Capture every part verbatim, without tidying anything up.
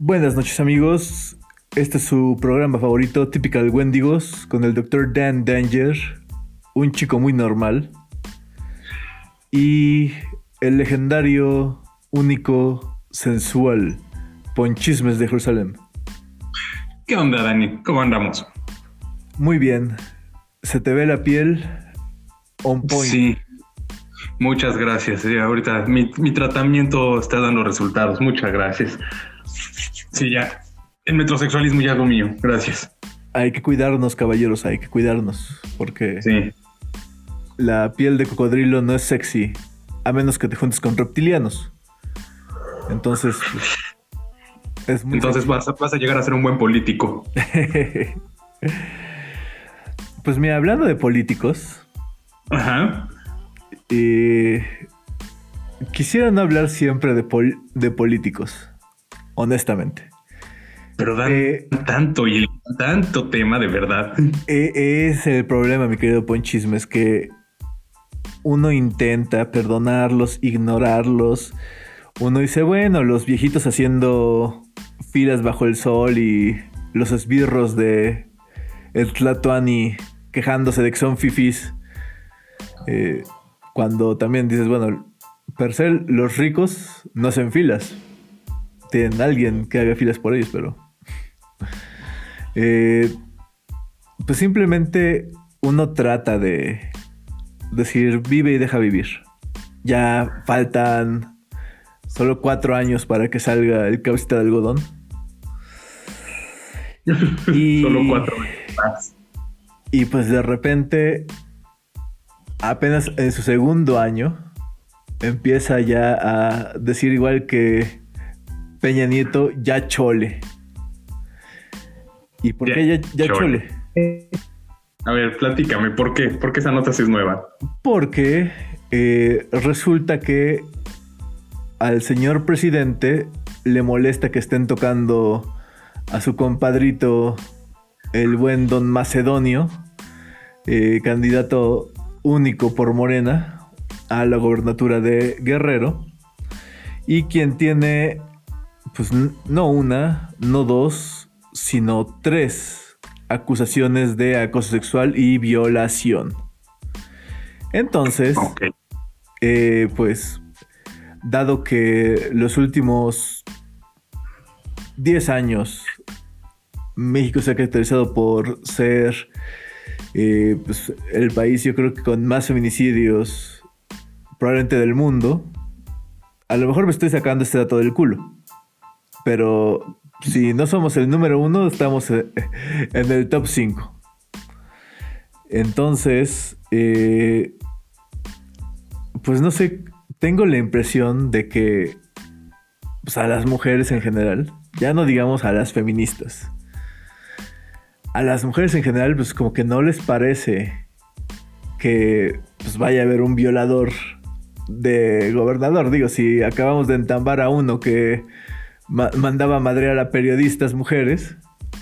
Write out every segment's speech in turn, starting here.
Buenas noches amigos, este es su programa favorito, Typical Wendigos, con el doctor Dan Danger, un chico muy normal, y el legendario, único, sensual, Ponchismes de Jerusalén. ¿Qué onda, Dani? ¿Cómo andamos? Muy bien, se te ve la piel on point. Sí, muchas gracias. Sí, ahorita mi, mi tratamiento está dando resultados. Muchas gracias. Sí, ya. El metrosexualismo ya es lo mío. Gracias. Hay que cuidarnos, caballeros, hay que cuidarnos, porque Sí. la piel de cocodrilo no es sexy, a menos que te juntes con reptilianos. Entonces, es muy Entonces vas a, vas a llegar a ser un buen político. Pues mira, hablando de políticos, Ajá. eh, quisiera no hablar siempre de, pol- de políticos, honestamente. Pero dan Eh, tanto y tanto tema, de verdad. eh, es el problema, mi querido Ponchisme, es que uno intenta perdonarlos, ignorarlos. Uno dice, bueno, los viejitos haciendo filas bajo el sol y los esbirros de el Tlatoani quejándose de que son fifís. Eh, cuando también dices, bueno, per se los ricos no hacen filas. Tienen alguien que haga filas por ellos, pero... eh, pues simplemente uno trata de decir, vive y deja vivir. Ya faltan solo cuatro años para que salga el cabecita de algodón. Y, Solo cuatro más. y pues de repente, apenas en su segundo año, empieza ya a decir igual que Peña Nieto, ya chole. ¿Y por Ya qué ya, ya chole? chole. A ver, platícame, ¿por qué? ¿Por qué esa nota sí es nueva? Porque eh, resulta que al señor presidente le molesta que estén tocando a su compadrito, el buen don Macedonio, eh, candidato único por Morena a la gobernatura de Guerrero, y quien tiene, pues no una, no dos, sino tres acusaciones de acoso sexual y violación. Entonces, Ok. eh, pues, dado que los últimos diez años México se ha caracterizado por ser eh, pues, el país, yo creo que con más feminicidios probablemente del mundo. A lo mejor me estoy sacando este dato del culo, pero si no somos el número uno, estamos en el top cinco. Entonces, eh, pues no sé, tengo la impresión de que pues, a las mujeres en general, ya no digamos a las feministas, a las mujeres en general, pues como que no les parece que pues, vaya a haber un violador de gobernador. Digo, si acabamos de entambar a uno que ma- mandaba madrear a periodistas mujeres,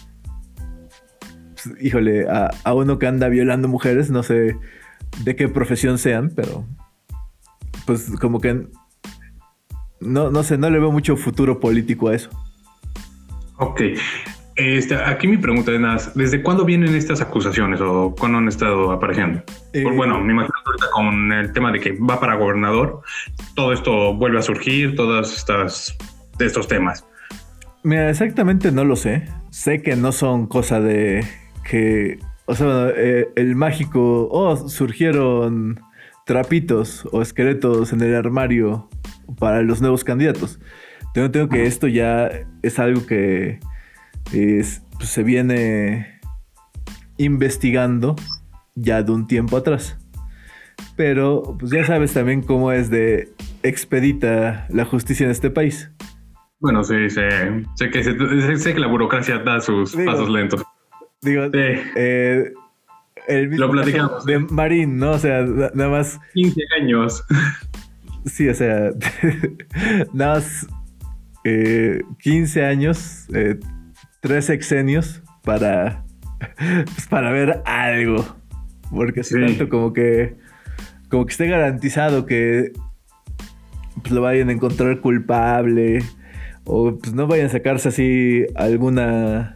pues, híjole, a, a uno que anda violando mujeres, no sé de qué profesión sean, pero pues como que no, no sé, no le veo mucho futuro político a eso. Ok. Este, aquí mi pregunta es nada, ¿desde cuándo vienen estas acusaciones o cuándo han estado apareciendo? Eh, Pues bueno, me imagino que ahorita con el tema de que va para gobernador, todo esto vuelve a surgir, todos estas, estos temas. Mira, exactamente no lo sé. Sé que no son cosa de que, o sea, bueno, eh, el mágico, oh, surgieron trapitos o esqueletos en el armario para los nuevos candidatos. Tengo, tengo que esto ya es algo que es, pues, se viene investigando ya de un tiempo atrás. Pero pues ya sabes también cómo es de expedita la justicia en este país. Bueno, sí, sé, sé que, sé, sé que la burocracia da sus Digo, pasos lentos. Digo, Sí, eh, el mismo lo caso platicamos. de Marín, ¿no? O sea, na- nada más, quince años. sí, o sea, nada más eh, quince años, eh, tres sexenios para, pues, para ver algo. Porque si Sí. tanto como que, como que esté garantizado que pues, lo vayan a encontrar culpable O pues no vayan a sacarse así alguna...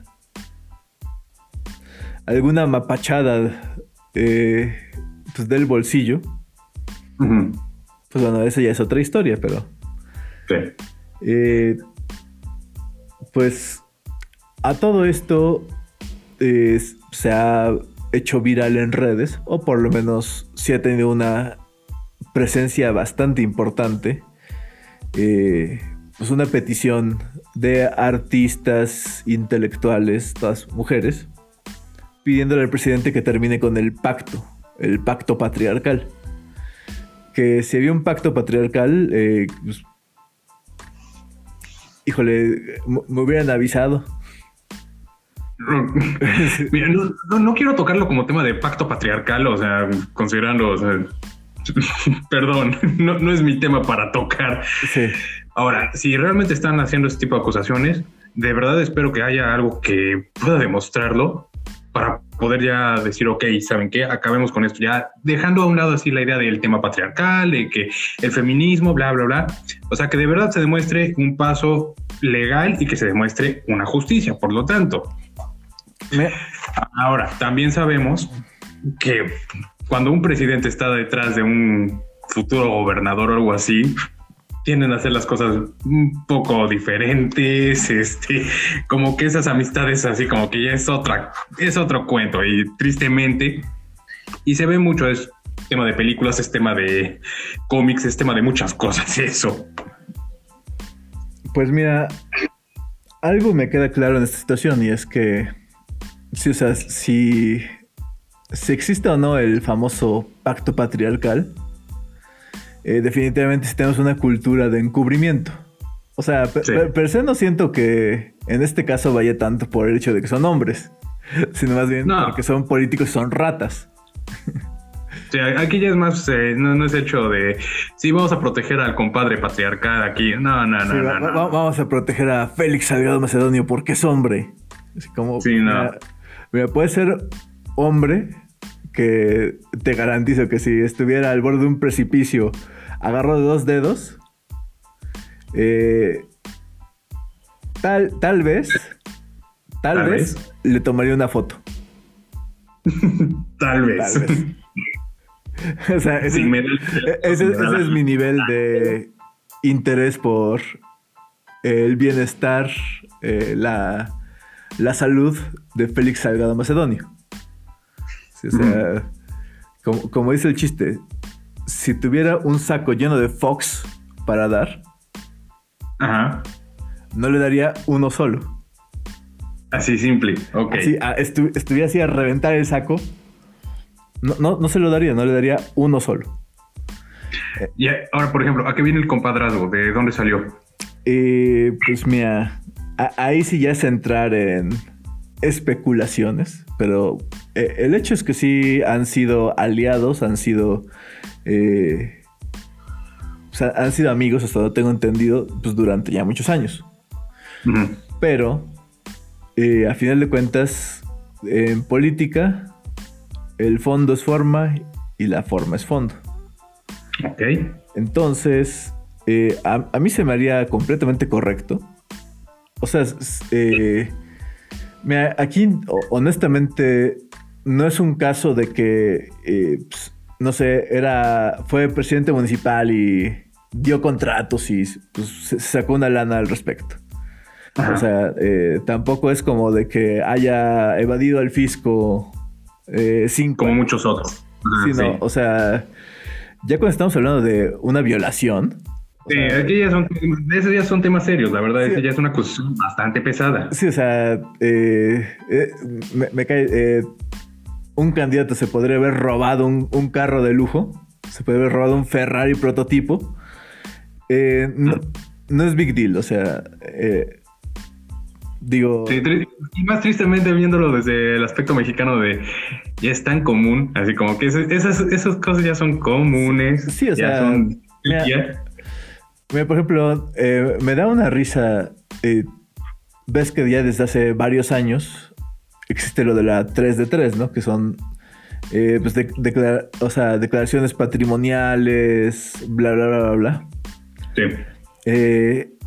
alguna mapachada eh, pues del bolsillo. Uh-huh. Pues bueno, esa ya es otra historia, pero... Sí. Eh, pues a todo esto eh, se ha hecho viral en redes, o por lo menos sí ha tenido una presencia bastante importante. Eh, pues una petición de artistas, intelectuales, todas mujeres, pidiéndole al presidente que termine con el pacto, el pacto patriarcal. Que si había un pacto patriarcal, eh, pues, híjole, me hubieran avisado. Mira, no, no, no quiero tocarlo como tema de pacto patriarcal, o sea, considerando, o sea, perdón, no, no es mi tema para tocar. Sí. Ahora, si realmente están haciendo este tipo de acusaciones, de verdad espero que haya algo que pueda demostrarlo para poder ya decir, ok, ¿saben qué? Acabemos con esto, ya dejando a un lado así la idea del tema patriarcal, de que el feminismo, bla, bla, bla. O sea, que de verdad se demuestre un paso legal y que se demuestre una justicia, por lo tanto. Me... Ahora, también sabemos que cuando un presidente está detrás de un futuro gobernador o algo así, tienden a hacer las cosas un poco diferentes, este, como que esas amistades así como que ya es otra, es otro cuento y tristemente, y se ve mucho, es tema de películas, es tema de cómics, es tema de muchas cosas, eso. Pues mira, algo me queda claro en esta situación y es que, sí, o sea, si, si existe o no el famoso pacto patriarcal, Eh, definitivamente sí tenemos una cultura de encubrimiento. O sea, sí. per, per se no siento que en este caso vaya tanto por el hecho de que son hombres, sino más bien no. porque son políticos y son ratas. Sí, aquí ya es más, eh, no, no es hecho de, sí, vamos a proteger al compadre patriarcal aquí. No, no, no, sí, no, va, no. Va, vamos a proteger a Félix Salgado Macedonio porque es hombre. Así como, sí, no. Mira, mira, puede ser hombre que te garantizo que si estuviera al borde de un precipicio agarro de dos dedos, eh, tal, tal vez, tal, tal vez, vez le tomaría una foto. tal vez. Tal vez. O sea, ese, sí, es, ese, ese es mi nivel de interés por el bienestar, eh, la, la salud de Félix Salgado Macedonio. Sí, o sea, mm. como, como dice el chiste, si tuviera un saco lleno de Fox para dar, ajá, no le daría uno solo. Así simple, ok. Si estu estuviera así a reventar el saco, no, no, no se lo daría, no le daría uno solo. Y ahora, por ejemplo, ¿a qué viene el compadrazgo? ¿De dónde salió? Eh, pues mira, a, ahí sí ya es entrar en especulaciones, pero eh, el hecho es que sí han sido aliados, han sido... Eh, o sea, han sido amigos, hasta donde tengo entendido, pues durante ya muchos años. Uh-huh. Pero, eh, a final de cuentas, en política, el fondo es forma y la forma es fondo. Ok. Entonces, eh, a, a mí se me haría completamente correcto. O sea, eh, mira, aquí, honestamente, no es un caso de que... Eh, pues, no sé, era, fue presidente municipal y dio contratos y pues, se sacó una lana al respecto. Ajá. O sea, eh, tampoco es como de que haya evadido al fisco eh, cinco. Como muchos otros. Ajá, sí, no, sí. O sea, ya cuando estamos hablando de una violación. Sí, sea, aquí ya son, esos ya son temas serios, la verdad, sí, ese ya es una acusación bastante pesada. Sí, o sea, eh, eh, me, me cae... Eh, un candidato se podría haber robado un, un carro de lujo, se podría haber robado un Ferrari prototipo. Eh, no, no es big deal, o sea, eh, digo... Sí, y más tristemente viéndolo desde el aspecto mexicano de ya es tan común, así como que esas, esas cosas ya son comunes. Sí, o ya sea... Son, mira, ya. mira, por ejemplo, eh, me da una risa, eh, ves que ya desde hace varios años... existe lo de la tres de tres, ¿no? Que son eh, pues de, declara o sea, declaraciones patrimoniales, bla, bla, bla, bla, bla. Sí. Eh,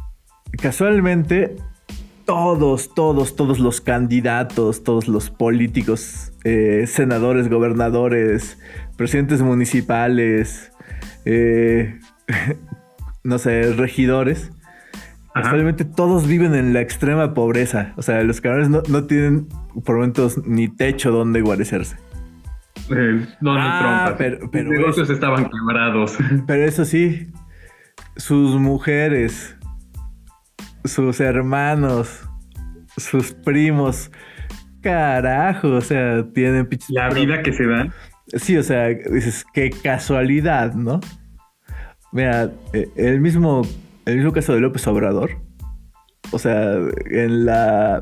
casualmente, todos, todos, todos los candidatos, todos los políticos, eh, senadores, gobernadores, presidentes municipales, eh, no sé, regidores, actualmente todos viven en la extrema pobreza. O sea, los cabrones no, no tienen por momentos ni techo donde guarecerse. Eh, Donald ah, Trump. Pero, pero los negocios eso, estaban quebrados. Pero eso sí, sus mujeres, sus hermanos, sus primos, carajo, o sea, tienen pichos. La vida que se da. Sí, o sea, dices, qué casualidad, ¿no? Mira, el mismo, el mismo caso de López Obrador. O sea, en la...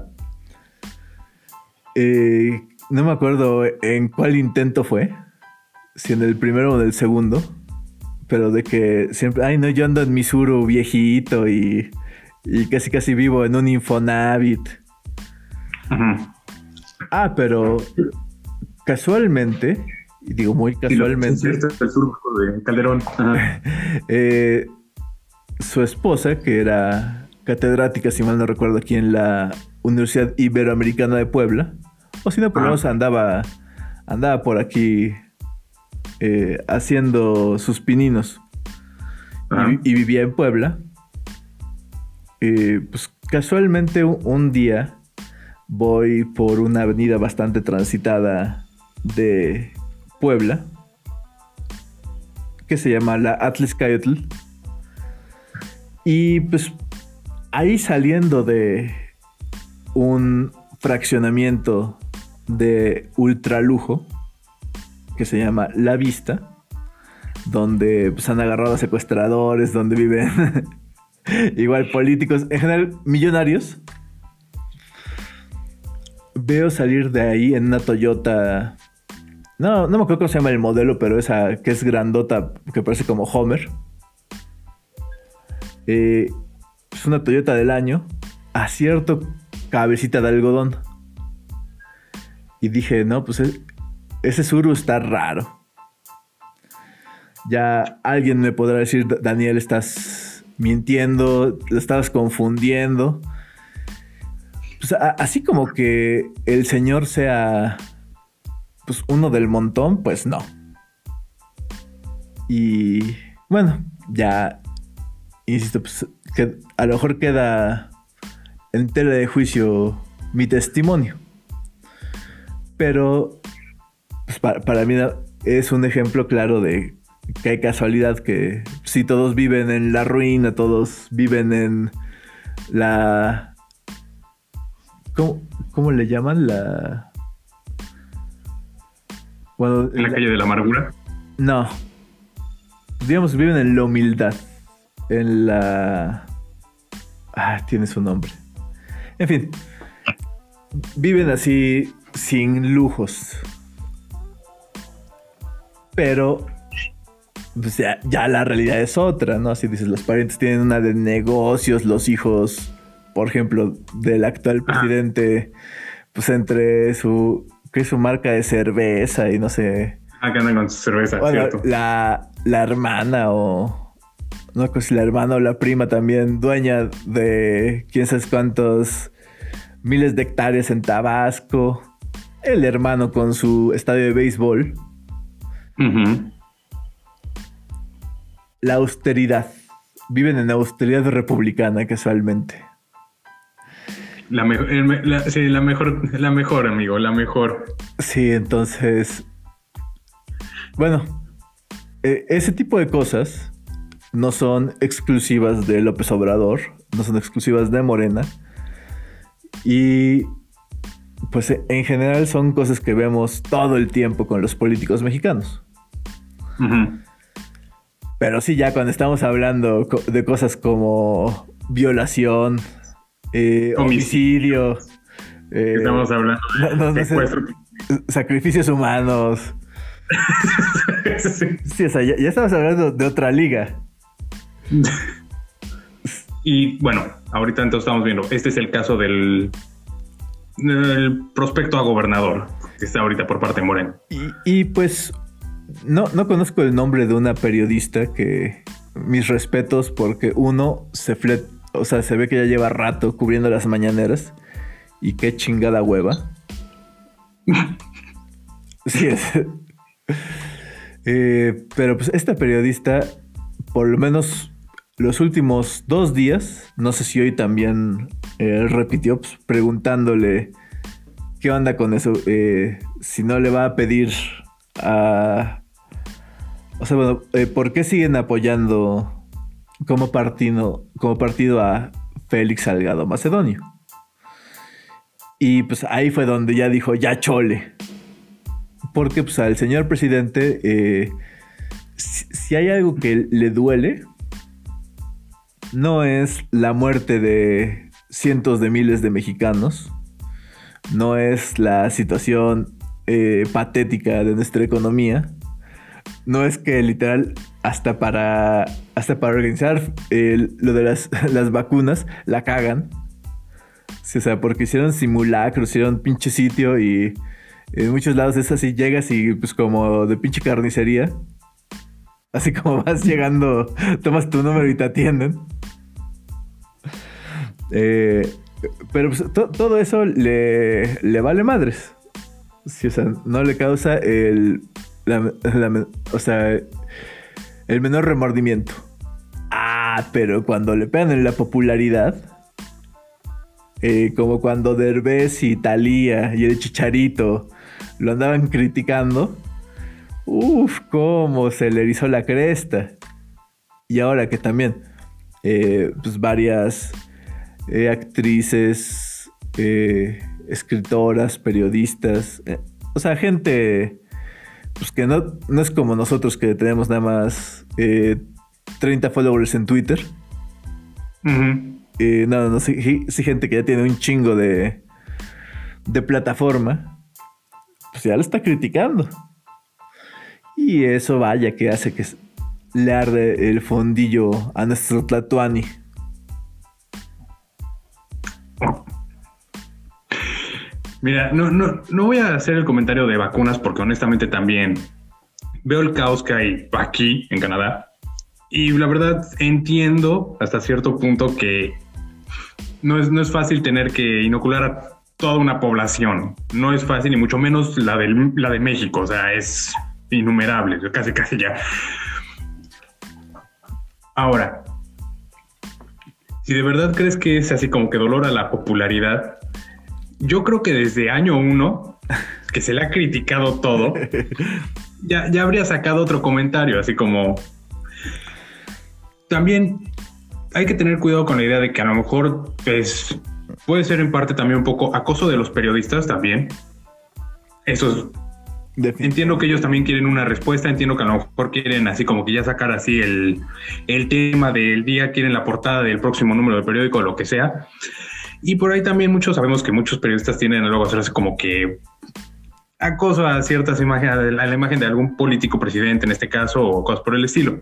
Eh, no me acuerdo en cuál intento fue. Si en el primero o en el segundo. Pero de que siempre... Ay, no, yo ando en mi suru viejito y... Y casi casi vivo en un Infonavit. Ajá. Ah, pero... Casualmente... Y digo muy casualmente... Sí, lo, sí, el surco de Calderón. Ajá. eh, su esposa, que era catedrática, si mal no recuerdo, aquí en la Universidad Iberoamericana de Puebla, o si no, por lo menos andaba, andaba por aquí eh, haciendo sus pininos y, y vivía en Puebla. Eh, pues casualmente un, un día voy por una avenida bastante transitada de Puebla que se llama la Atlixcayotl. Y pues ahí saliendo de un fraccionamiento de ultralujo que se llama La Vista, donde pues, han agarrado a secuestradores, donde viven igual políticos, en general millonarios. Veo salir de ahí en una Toyota. No, no me acuerdo cómo se llama el modelo, pero esa que es grandota, que parece como Homer. Eh, es una Toyota del año, acierto cabecita de algodón. Y dije, no, pues es, ese Suru está raro. Ya alguien me podrá decir, Daniel, estás mintiendo, lo estabas confundiendo. Pues a, así como que el señor sea pues uno del montón, pues no. Y bueno, ya insisto, pues que a lo mejor queda en tela de juicio mi testimonio. Pero pues para, para mí es un ejemplo claro de que hay casualidad que si todos viven en la ruina, todos viven en la... ¿Cómo, cómo le llaman? La... Bueno, ¿En la, la calle de la amargura? No. Digamos, viven en la humildad. En la... Ah, tiene su nombre. En fin. Viven así sin lujos. Pero pues ya, ya la realidad es otra, ¿no? Así dices, los parientes tienen una de negocios, los hijos, por ejemplo, del actual presidente, pues entre su... que es su marca de cerveza y no sé... Ah, que andan con su cerveza, bueno, cierto. La, la hermana o... no sé si la hermana o la prima también, dueña de quién sabe cuántos miles de hectáreas en Tabasco. El hermano con su estadio de béisbol. Uh-huh. La austeridad. Viven en austeridad republicana casualmente. La mejor, la, sí, la mejor, la mejor, amigo, la mejor. Sí, entonces... Bueno, eh, ese tipo de cosas no son exclusivas de López Obrador, no son exclusivas de Morena. Y pues en general son cosas que vemos todo el tiempo con los políticos mexicanos. Uh-huh. Pero sí, ya cuando estamos hablando de cosas como violación, eh, homicidio, eh, estamos hablando de no, no, secuestro, no sé, sacrificios humanos. Sí. Sí, o sea, ya, ya estamos hablando de otra liga. Y bueno, ahorita entonces estamos viendo, este es el caso del el prospecto a gobernador que está ahorita por parte de Morena. Y, y pues no, no conozco el nombre de una periodista que mis respetos porque uno se flet, O sea, se ve que ya lleva rato cubriendo las mañaneras. Y qué chingada hueva. Sí es. eh, pero pues esta periodista, por lo menos los últimos dos días, no sé si hoy también eh, repitió, pues, preguntándole qué onda con eso. Eh, si no le va a pedir a... O sea, bueno, eh, ¿por qué siguen apoyando como partido, como partido a Félix Salgado Macedonio? Y pues ahí fue donde ya dijo, ya chole. Porque pues al señor presidente, eh, si, si hay algo que le duele, no es la muerte de cientos de miles de mexicanos, no es la situación eh, patética de nuestra economía, no es que literal hasta para, hasta para organizar eh, lo de las, las vacunas la cagan. Sí, o sea, porque hicieron simulacros, hicieron pinche sitio y en muchos lados es así, llegas y pues como de pinche carnicería. Así como vas llegando, tomas tu número y te atienden. Eh, pero pues to- todo eso le, le vale madres. Sí, o sea, no le causa el, la, la, o sea, el menor remordimiento. Ah, pero cuando le pegan en la popularidad... Eh, como cuando Derbez y Thalía y el Chicharito lo andaban criticando. Uf, cómo se le erizó la cresta. Y ahora que también eh, pues varias eh, actrices, eh, escritoras, periodistas, eh, o sea, gente pues que no, no es como nosotros que tenemos nada más eh, treinta followers en Twitter. Uh-huh. Eh, no, no, sí, sí, gente que ya tiene un chingo de, de plataforma, pues ya lo está criticando. Y eso vaya que hace que le arde el fondillo a nuestro Tlatuani. Mira, no, no, no voy a hacer el comentario de vacunas porque honestamente también veo el caos que hay aquí en Canadá. Y la verdad entiendo hasta cierto punto que no es, no es fácil tener que inocular a toda una población. No es fácil, y mucho menos la, del, la de México. O sea, es innumerable, casi, casi ya. Ahora, si de verdad crees que es así como que dolor a la popularidad, yo creo que desde año uno, que se le ha criticado todo, ya, ya habría sacado otro comentario, así como... También hay que tener cuidado con la idea de que a lo mejor pues, puede ser en parte también un poco acoso de los periodistas también. Eso es, entiendo que ellos también quieren una respuesta, entiendo que a lo mejor quieren así como que ya sacar así el, el tema del día, quieren la portada del próximo número del periódico, lo que sea. Y por ahí también muchos sabemos que muchos periodistas tienen luego hacerse como que acoso a ciertas imágenes, a la imagen de algún político presidente en este caso o cosas por el estilo.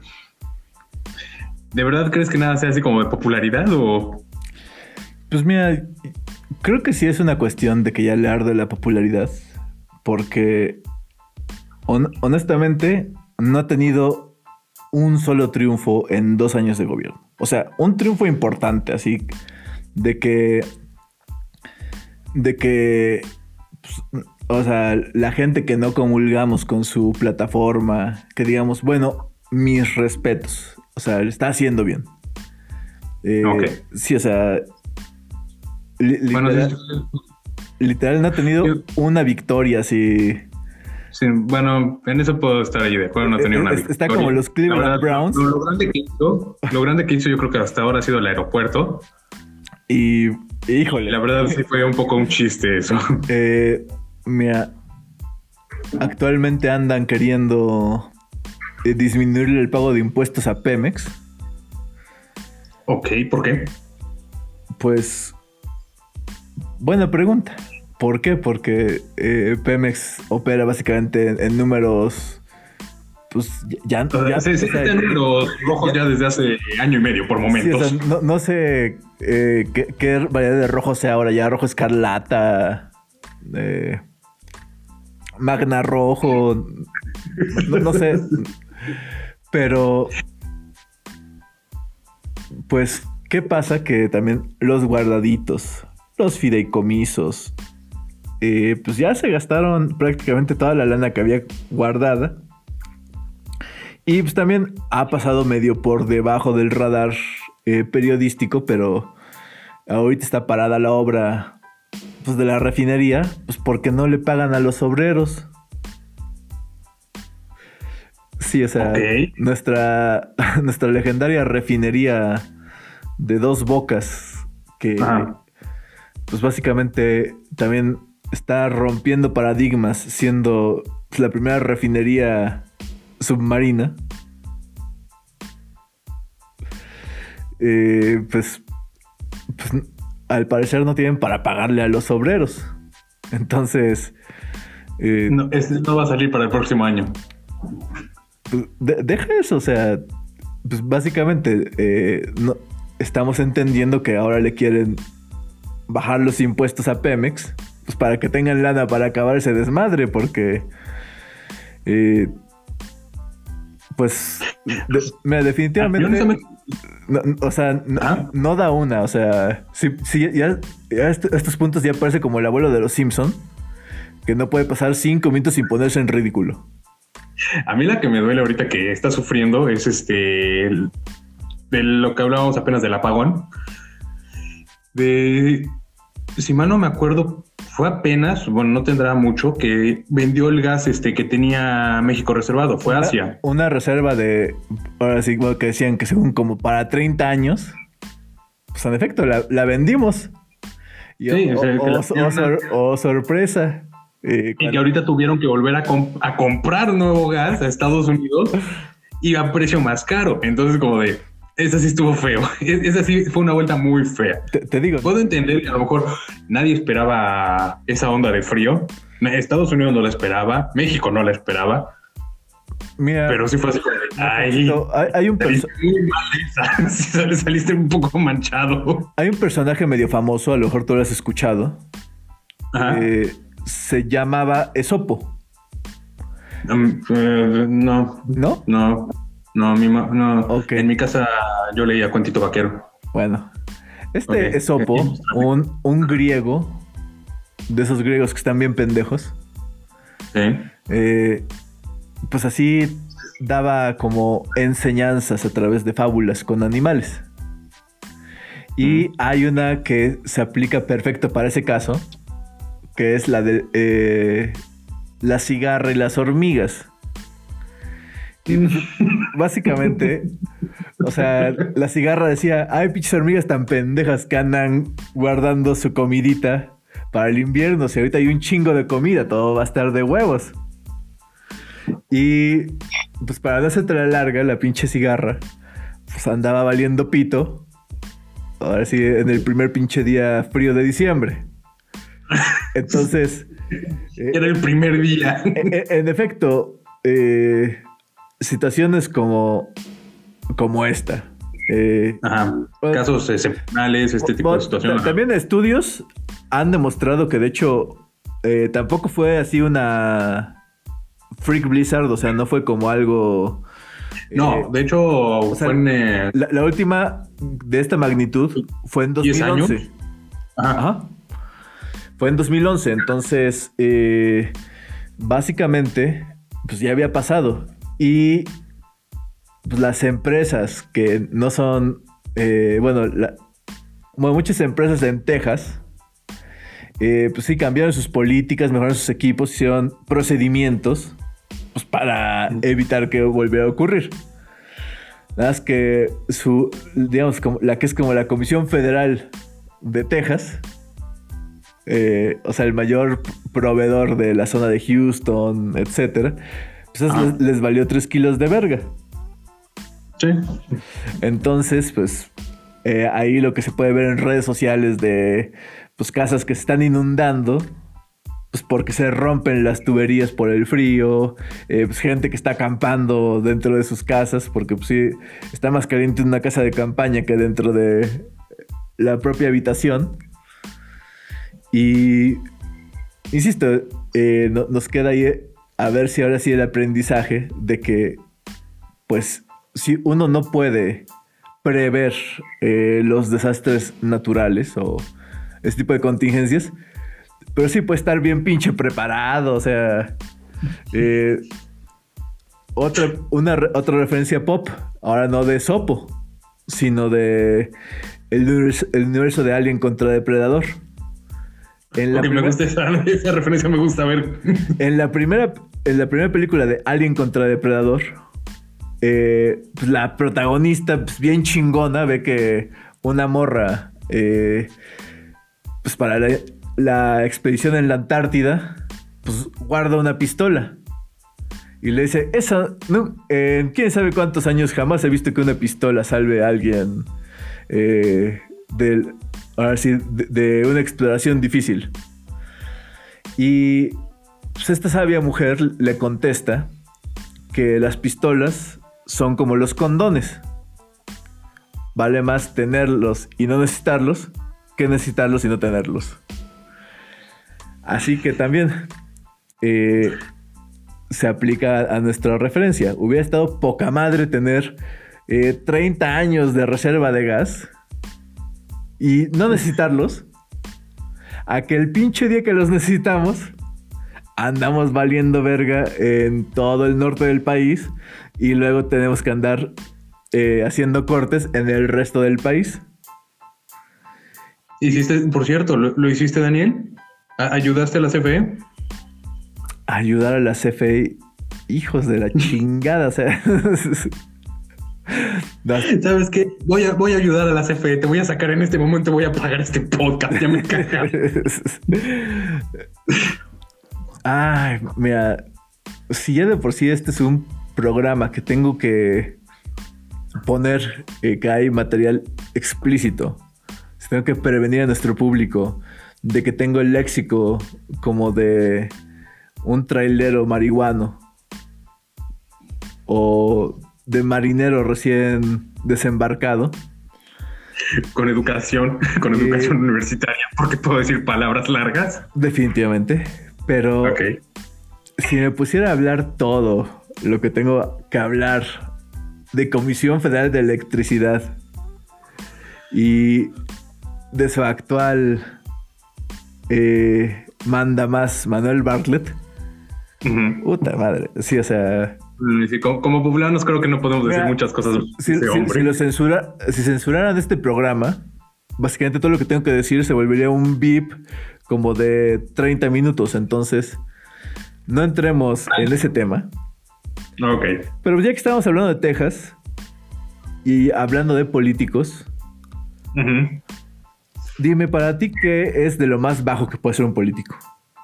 ¿De verdad crees que nada sea así como de popularidad o...? Pues mira, creo que sí es una cuestión de que ya le arde la popularidad. Porque on- honestamente no ha tenido un solo triunfo en dos años de gobierno. O sea, un triunfo importante, así de que... De que... Pues, o sea, la gente que no comulgamos con su plataforma, que digamos, bueno, mis respetos. O sea, lo está haciendo bien. Eh, ok. Sí, o sea... Li- Bueno, literal, sí, literal no ha tenido yo- una victoria así. sí, bueno, en eso puedo estar ahí de acuerdo, no tenía una Es- está victoria. como los Cleveland La verdad, Browns. Lo, lo grande que hizo, lo grande que hizo yo creo que hasta ahora ha sido el aeropuerto. Y, híjole. La verdad sí fue un poco un chiste eso. Eh, mira, actualmente andan queriendo eh, disminuirle el pago de impuestos a Pemex. Ok, ¿por qué? Pues, buena pregunta. ¿Por qué? Porque eh, Pemex opera básicamente en, en números, pues ya... O sea, ya se, se o sea, están números rojos ya, ya desde hace año y medio por momentos. Sí, o sea, no, no sé eh, qué, qué variedad de rojo sea ahora, ya rojo escarlata, eh, magna rojo, no, no sé, pero pues ¿qué pasa? Que también los guardaditos, los fideicomisos, eh, pues ya se gastaron prácticamente toda la lana que había guardada. Y pues también ha pasado medio por debajo del radar eh, periodístico, pero ahorita está parada la obra pues, de la refinería, pues porque no le pagan a los obreros. Sí, o sea, okay. nuestra, nuestra legendaria refinería de Dos Bocas, que Ajá. pues básicamente también está rompiendo paradigmas, siendo pues, la primera refinería submarina. Eh, pues, pues al parecer no tienen para pagarle a los obreros. Entonces... Eh, no, este no va a salir para el próximo año. Pues, de, deja eso, o sea, pues básicamente eh, no, estamos entendiendo que ahora le quieren bajar los impuestos a Pemex, pues para que tengan lana para acabar ese desmadre, porque eh, pues de, mira, definitivamente me... no, o sea, no, no da una, o sea, si, si ya, ya est- estos puntos ya parece como el abuelo de los Simpson, que no puede pasar cinco minutos sin ponerse en ridículo. A mí la que me duele ahorita que está sufriendo es este el, de lo que hablábamos apenas del apagón. De, si mal no me acuerdo, fue apenas, bueno, no tendrá mucho, que vendió el gas este que tenía México reservado, fue Asia. Una, una reserva de, ahora sí, bueno, que decían que según como para treinta años, pues en efecto, la, la vendimos. Y sí, o, o, sea, o, la, o, sor, o sorpresa. Eh, y que ahorita tuvieron que volver a, comp- a comprar nuevo gas a Estados Unidos y a precio más caro. Entonces, como de, esa sí estuvo feo. Esa sí fue una vuelta muy fea. Te, te digo. Puedo entender que a lo mejor nadie esperaba esa onda de frío. Estados Unidos no la esperaba. México no la esperaba. Mira, pero sí fue así. Ay, hay, hay un saliste perso- muy mal, esa. Saliste un poco manchado. Hay un personaje medio famoso, a lo mejor tú lo has escuchado. Ajá. Eh, se llamaba Esopo. Um, uh, no. ¿No? No. No, mi ma- no. Okay. En mi casa yo leía Cuentito Vaquero. Bueno. Este okay. Esopo, un, un griego, de esos griegos que están bien pendejos. Sí. Eh, pues así daba como enseñanzas a través de fábulas con animales. Y mm. hay una que se aplica perfecto para ese caso, que es la de eh, la cigarra y las hormigas. Y pues, básicamente, o sea, la cigarra decía, ay, pinches hormigas tan pendejas que andan guardando su comidita para el invierno. Si ahorita hay un chingo de comida, todo va a estar de huevos. Y pues para no hacerte la larga, la pinche cigarra pues andaba valiendo pito. Ahora sí, en el primer pinche día frío de diciembre. Entonces... Era el primer día. En, en efecto, eh, situaciones como, como esta. Eh, ajá. Casos excepcionales, este tipo bueno, de situaciones. T- también estudios han demostrado que de hecho eh, tampoco fue así una freak blizzard, o sea, no fue como algo... No, eh, de hecho o sea, fue en... Eh, la, la última de esta magnitud fue en dos mil once. ¿diez años? Ajá. Ajá. Fue en dos mil once, entonces eh, básicamente pues ya había pasado y pues, las empresas que no son, eh, bueno, la, bueno, muchas empresas en Texas eh, pues sí cambiaron sus políticas, mejoraron sus equipos, hicieron procedimientos pues, para evitar que volviera a ocurrir. Nada más que su, digamos, como, la que es como la Comisión Federal de Texas, Eh, o sea, el mayor proveedor de la zona de Houston, etcétera, pues ah. les, les valió tres kilos de verga. Sí. Entonces, pues, eh, ahí lo que se puede ver en redes sociales de, pues, casas que se están inundando, pues, porque se rompen las tuberías por el frío, eh, pues, gente que está acampando dentro de sus casas, porque, pues, sí, está más caliente en una casa de campaña que dentro de la propia habitación. Y, insisto, eh, no, nos queda ahí a ver si ahora sí el aprendizaje de que, pues, si uno no puede prever eh, los desastres naturales o ese tipo de contingencias, pero sí puede estar bien pinche preparado, o sea, eh, otra, una, otra referencia pop, ahora no de Sopo, sino de el universo, el universo de Alien contra Depredador. En la primer... me gusta esa, esa referencia, me gusta ver. En la primera, en la primera película de Alien contra Depredador, eh, pues la protagonista, pues bien chingona, ve que una morra, eh, pues para la, la expedición en la Antártida, pues guarda una pistola. Y le dice, esa, no, en quién sabe cuántos años jamás he visto que una pistola salve a alguien eh, del... Ahora sí, de, de una exploración difícil. Y pues esta sabia mujer le contesta que las pistolas son como los condones. Vale más tenerlos y no necesitarlos que necesitarlos y no tenerlos. Así que también eh, se aplica a nuestra referencia. Hubiera estado poca madre tener eh, treinta años de reserva de gas y no necesitarlos, a que el pinche día que los necesitamos andamos valiendo verga en todo el norte del país y luego tenemos que andar eh, haciendo cortes en el resto del país. ¿Hiciste, por cierto, lo, lo hiciste, Daniel? ¿Ayudaste a la C F E? Ayudar a la C F E, hijos de la chingada, o sea... No. ¿Sabes qué? Voy a, voy a ayudar a la C F E. Te voy a sacar en este momento. Voy a pagar este podcast. Ya me caga. Ay, mira. Si ya de por sí este es un programa que tengo que poner eh, que hay material explícito, si tengo que prevenir a nuestro público de que tengo el léxico como de un trailero marihuano o de marinero recién desembarcado. Con educación, con educación eh, universitaria, porque puedo decir palabras largas. Definitivamente, pero okay. Si me pusiera a hablar todo lo que tengo que hablar de Comisión Federal de Electricidad y de su actual eh, manda más Manuel Bartlett, uh-huh. Puta madre, sí, o sea... Sí, como, como poblanos creo que no podemos decir Mira, muchas cosas si, de hombre. Si, si, lo censura, si censuraran este programa, básicamente todo lo que tengo que decir se volvería un beep como de treinta minutos. Entonces, no entremos en ese tema. Ok. Pero ya que estamos hablando de Texas y hablando de políticos, uh-huh. Dime, para ti, ¿qué es de lo más bajo que puede ser un político?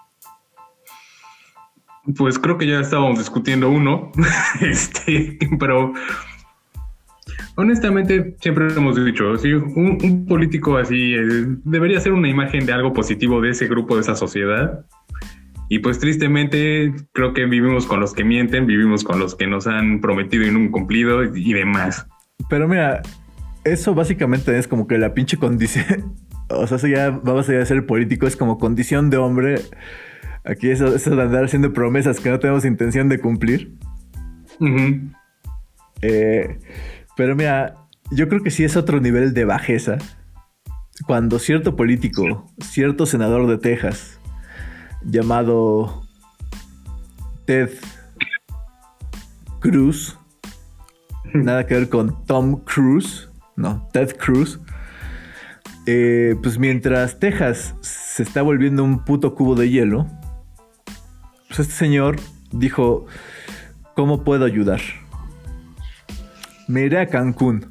Pues creo que ya estábamos discutiendo uno, este, pero honestamente siempre hemos dicho, ¿sí? un, un político así eh, debería ser una imagen de algo positivo de ese grupo, de esa sociedad. Y pues tristemente creo que vivimos con los que mienten, vivimos con los que nos han prometido y no han cumplido y, y demás. Pero mira, eso básicamente es como que la pinche condición, o sea, eso ya vamos a ser político, es como condición de hombre. Aquí eso, eso de andar haciendo promesas que no tenemos intención de cumplir. Uh-huh. Eh, pero mira, yo creo que sí es otro nivel de bajeza cuando cierto político, cierto senador de Texas, llamado Ted Cruz, nada que ver con Tom Cruise, no, Ted Cruz, eh, pues mientras Texas se está volviendo un puto cubo de hielo, pues este señor dijo, ¿cómo puedo ayudar? Me iré a Cancún.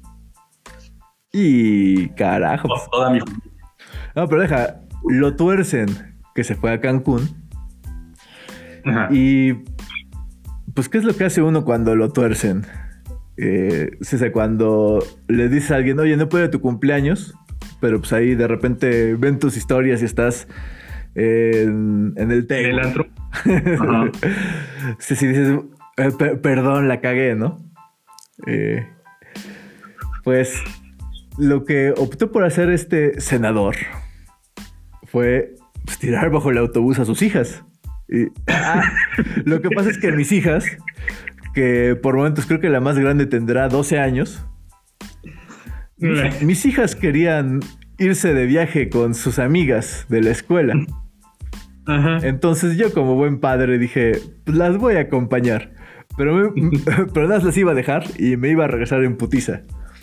Y carajo. Pues, toda mi... No, pero deja, lo tuercen que se fue a Cancún. Ajá. Y pues, ¿qué es lo que hace uno cuando lo tuercen? Eh, o sea, cuando le dices a alguien, oye, no puedo ir a tu cumpleaños, pero pues ahí de repente ven tus historias y estás en, en el table. ¿En el antro? Ajá. Sí, sí, dices, eh, per- perdón, la cagué, ¿no? Eh, pues lo que optó por hacer este senador fue pues, tirar bajo el autobús a sus hijas. Y, ah, lo que pasa es que mis hijas, que por momentos creo que la más grande tendrá doce años, mis, mis hijas querían irse de viaje con sus amigas de la escuela. Ajá. Entonces yo como buen padre dije, pues las voy a acompañar. Pero, me, pero nada, las iba a dejar y me iba a regresar en putiza.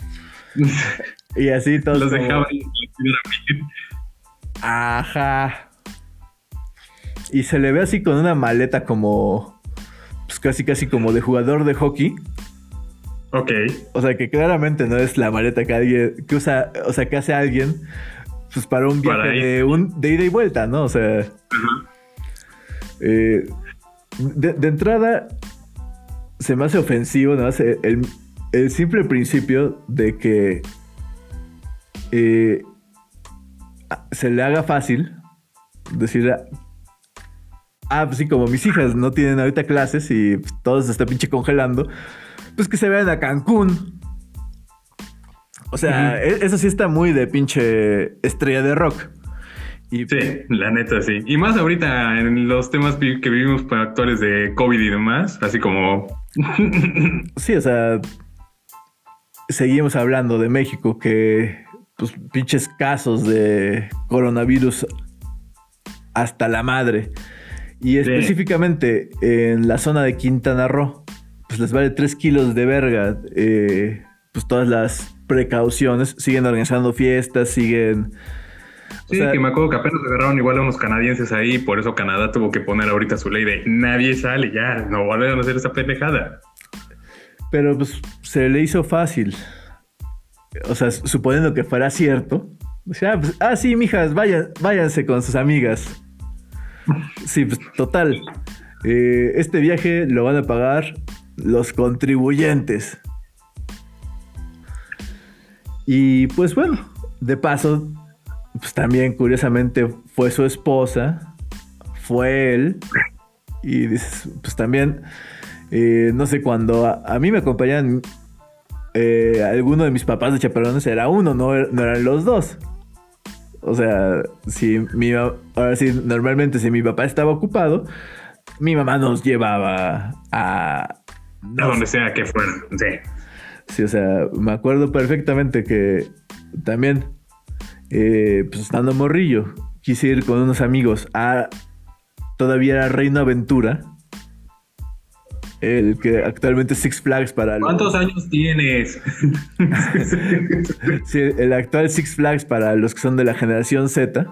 Y así todos Los como... dejaba. Ajá. Y se le ve así con una maleta como... Pues casi casi como de jugador de hockey. Ok. O sea que claramente no es la maleta que alguien... Que usa... O sea que hace alguien... Pues para un viaje Para de, un, de ida y vuelta, ¿no? O sea... Ajá. Eh, de, de entrada... Se me hace ofensivo, ¿no? El, el, el simple principio de que... Eh, se le haga fácil decir, ah, pues sí, como mis hijas no tienen ahorita clases y pues, todo se está pinche congelando, pues que se vayan a Cancún. O sea, uh-huh. Eso sí está muy de pinche estrella de rock. Y, sí, la neta, sí. Y más ahorita en los temas que vivimos para actuales de COVID y demás, así como... Sí, o sea, seguimos hablando de México que... Pues pinches casos de coronavirus hasta la madre. Y específicamente sí. En la zona de Quintana Roo, pues les vale tres kilos de verga. Eh, pues todas las precauciones. Siguen organizando fiestas, siguen... Sí, o sea, que me acuerdo que apenas agarraron igual a unos canadienses ahí. Por eso Canadá tuvo que poner ahorita su ley de nadie sale ya. No volvieron a hacer esa pendejada. Pero pues se le hizo fácil. O sea, suponiendo que fuera cierto. O sea, pues, ah, sí, mijas, vayan, váyanse con sus amigas. Sí, pues total. Eh, este viaje lo van a pagar los contribuyentes. Y pues bueno, de paso, pues también curiosamente fue su esposa, fue él. Y dices, pues también, eh, no sé, cuando a, a mí me acompañaban... Eh, alguno de mis papás de chaperones era uno, no, no eran los dos. O sea, si mi ahora sí, normalmente si mi papá estaba ocupado, mi mamá nos llevaba a... No, a donde sea que fuera, sí. Sí, o sea, me acuerdo perfectamente que también, eh, pues estando morrillo, quise ir con unos amigos a... Todavía era Reino Aventura. El que actualmente es Six Flags para... ¿Cuántos los... años tienes? Sí, el actual Six Flags para los que son de la generación Z.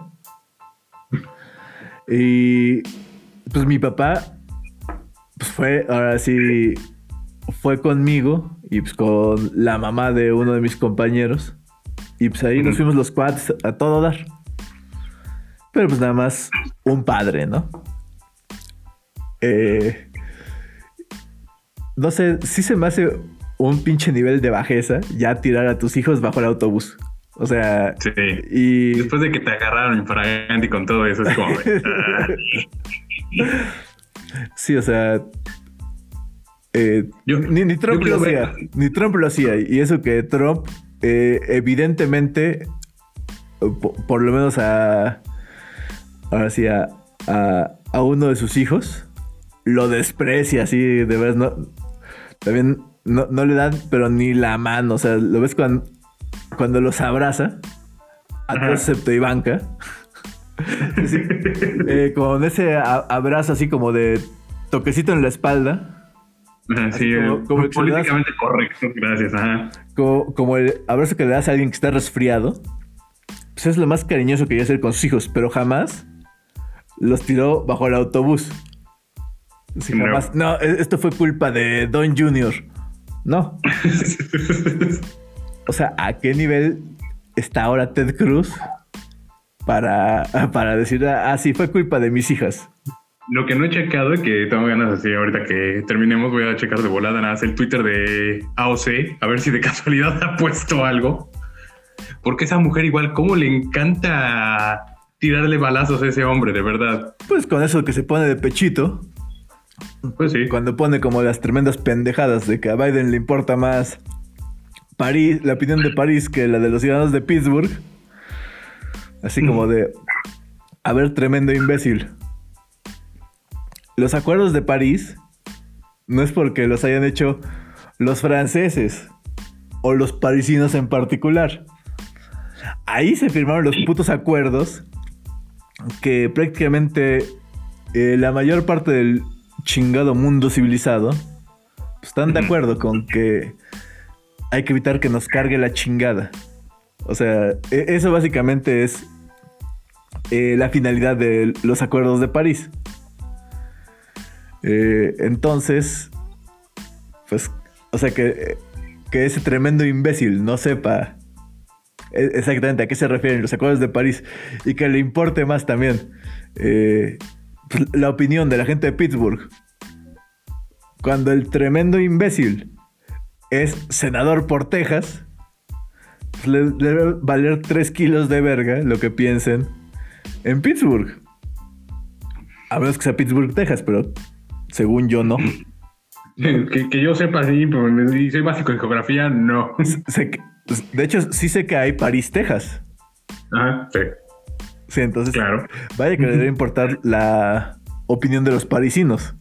Y pues mi papá pues fue, ahora sí, fue conmigo y pues con la mamá de uno de mis compañeros. Y pues ahí mm. nos fuimos los cuates a todo dar. Pero pues nada más un padre, ¿no? Eh... No sé, sí se me hace un pinche nivel de bajeza ya tirar a tus hijos bajo el autobús. O sea... Sí. Y... Después de que te agarraron infragante con todo eso, es como... Sí, o sea... Eh, yo, ni, ni Trump lo hacía. Ni Trump lo hacía. Y eso que Trump, eh, evidentemente, por, por lo menos a... Ahora sí, a, a, a uno de sus hijos... Lo desprecia así, de verdad, no, también no, no le dan, pero ni la mano, o sea, lo ves cuando, cuando los abraza, a todos excepto Ivanka, sí, eh, con ese a, abrazo así como de toquecito en la espalda. Ajá, sí, como, como el políticamente das, correcto, gracias. Ajá. Como, como el abrazo que le das a alguien que está resfriado, pues es lo más cariñoso que yo hacer con sus hijos, pero jamás los tiró bajo el autobús. Sí, no. Jamás, no, esto fue culpa de Don Junior. No. O sea, ¿a qué nivel está ahora Ted Cruz para, para decir, ah, sí, fue culpa de mis hijas? Lo que no he checado y que tengo ganas así, ahorita que terminemos, voy a checar de volada nada más el Twitter de A O C, a ver si de casualidad ha puesto algo. Porque esa mujer igual, ¿cómo le encanta tirarle balazos a ese hombre, de verdad? Pues con eso que se pone de pechito. Pues sí. Cuando pone como las tremendas pendejadas de que a Biden le importa más París, la opinión de París que la de los ciudadanos de Pittsburgh. Así como de... A ver, tremendo imbécil. Los acuerdos de París no es porque los hayan hecho los franceses. o los parisinos en particular. Ahí se firmaron los putos acuerdos que prácticamente eh, la mayor parte del chingado mundo civilizado pues, están de acuerdo con que hay que evitar que nos cargue la chingada. O sea, e- eso básicamente es eh, la finalidad de los acuerdos de París. Eh, entonces, pues, o sea, que, que ese tremendo imbécil no sepa exactamente a qué se refieren los acuerdos de París y que le importe más también eh, pues, la opinión de la gente de Pittsburgh, cuando el tremendo imbécil es senador por Texas, pues le, le debe valer tres kilos de verga lo que piensen en Pittsburgh. A menos que sea Pittsburgh, Texas, pero según yo no. Que, que yo sepa, sí, pero y soy básico en geografía, no. Sé que, de hecho, sí sé que hay París, Texas. Ah, sí. Sí, entonces, claro. Vaya que le debe importar la opinión de los parisinos.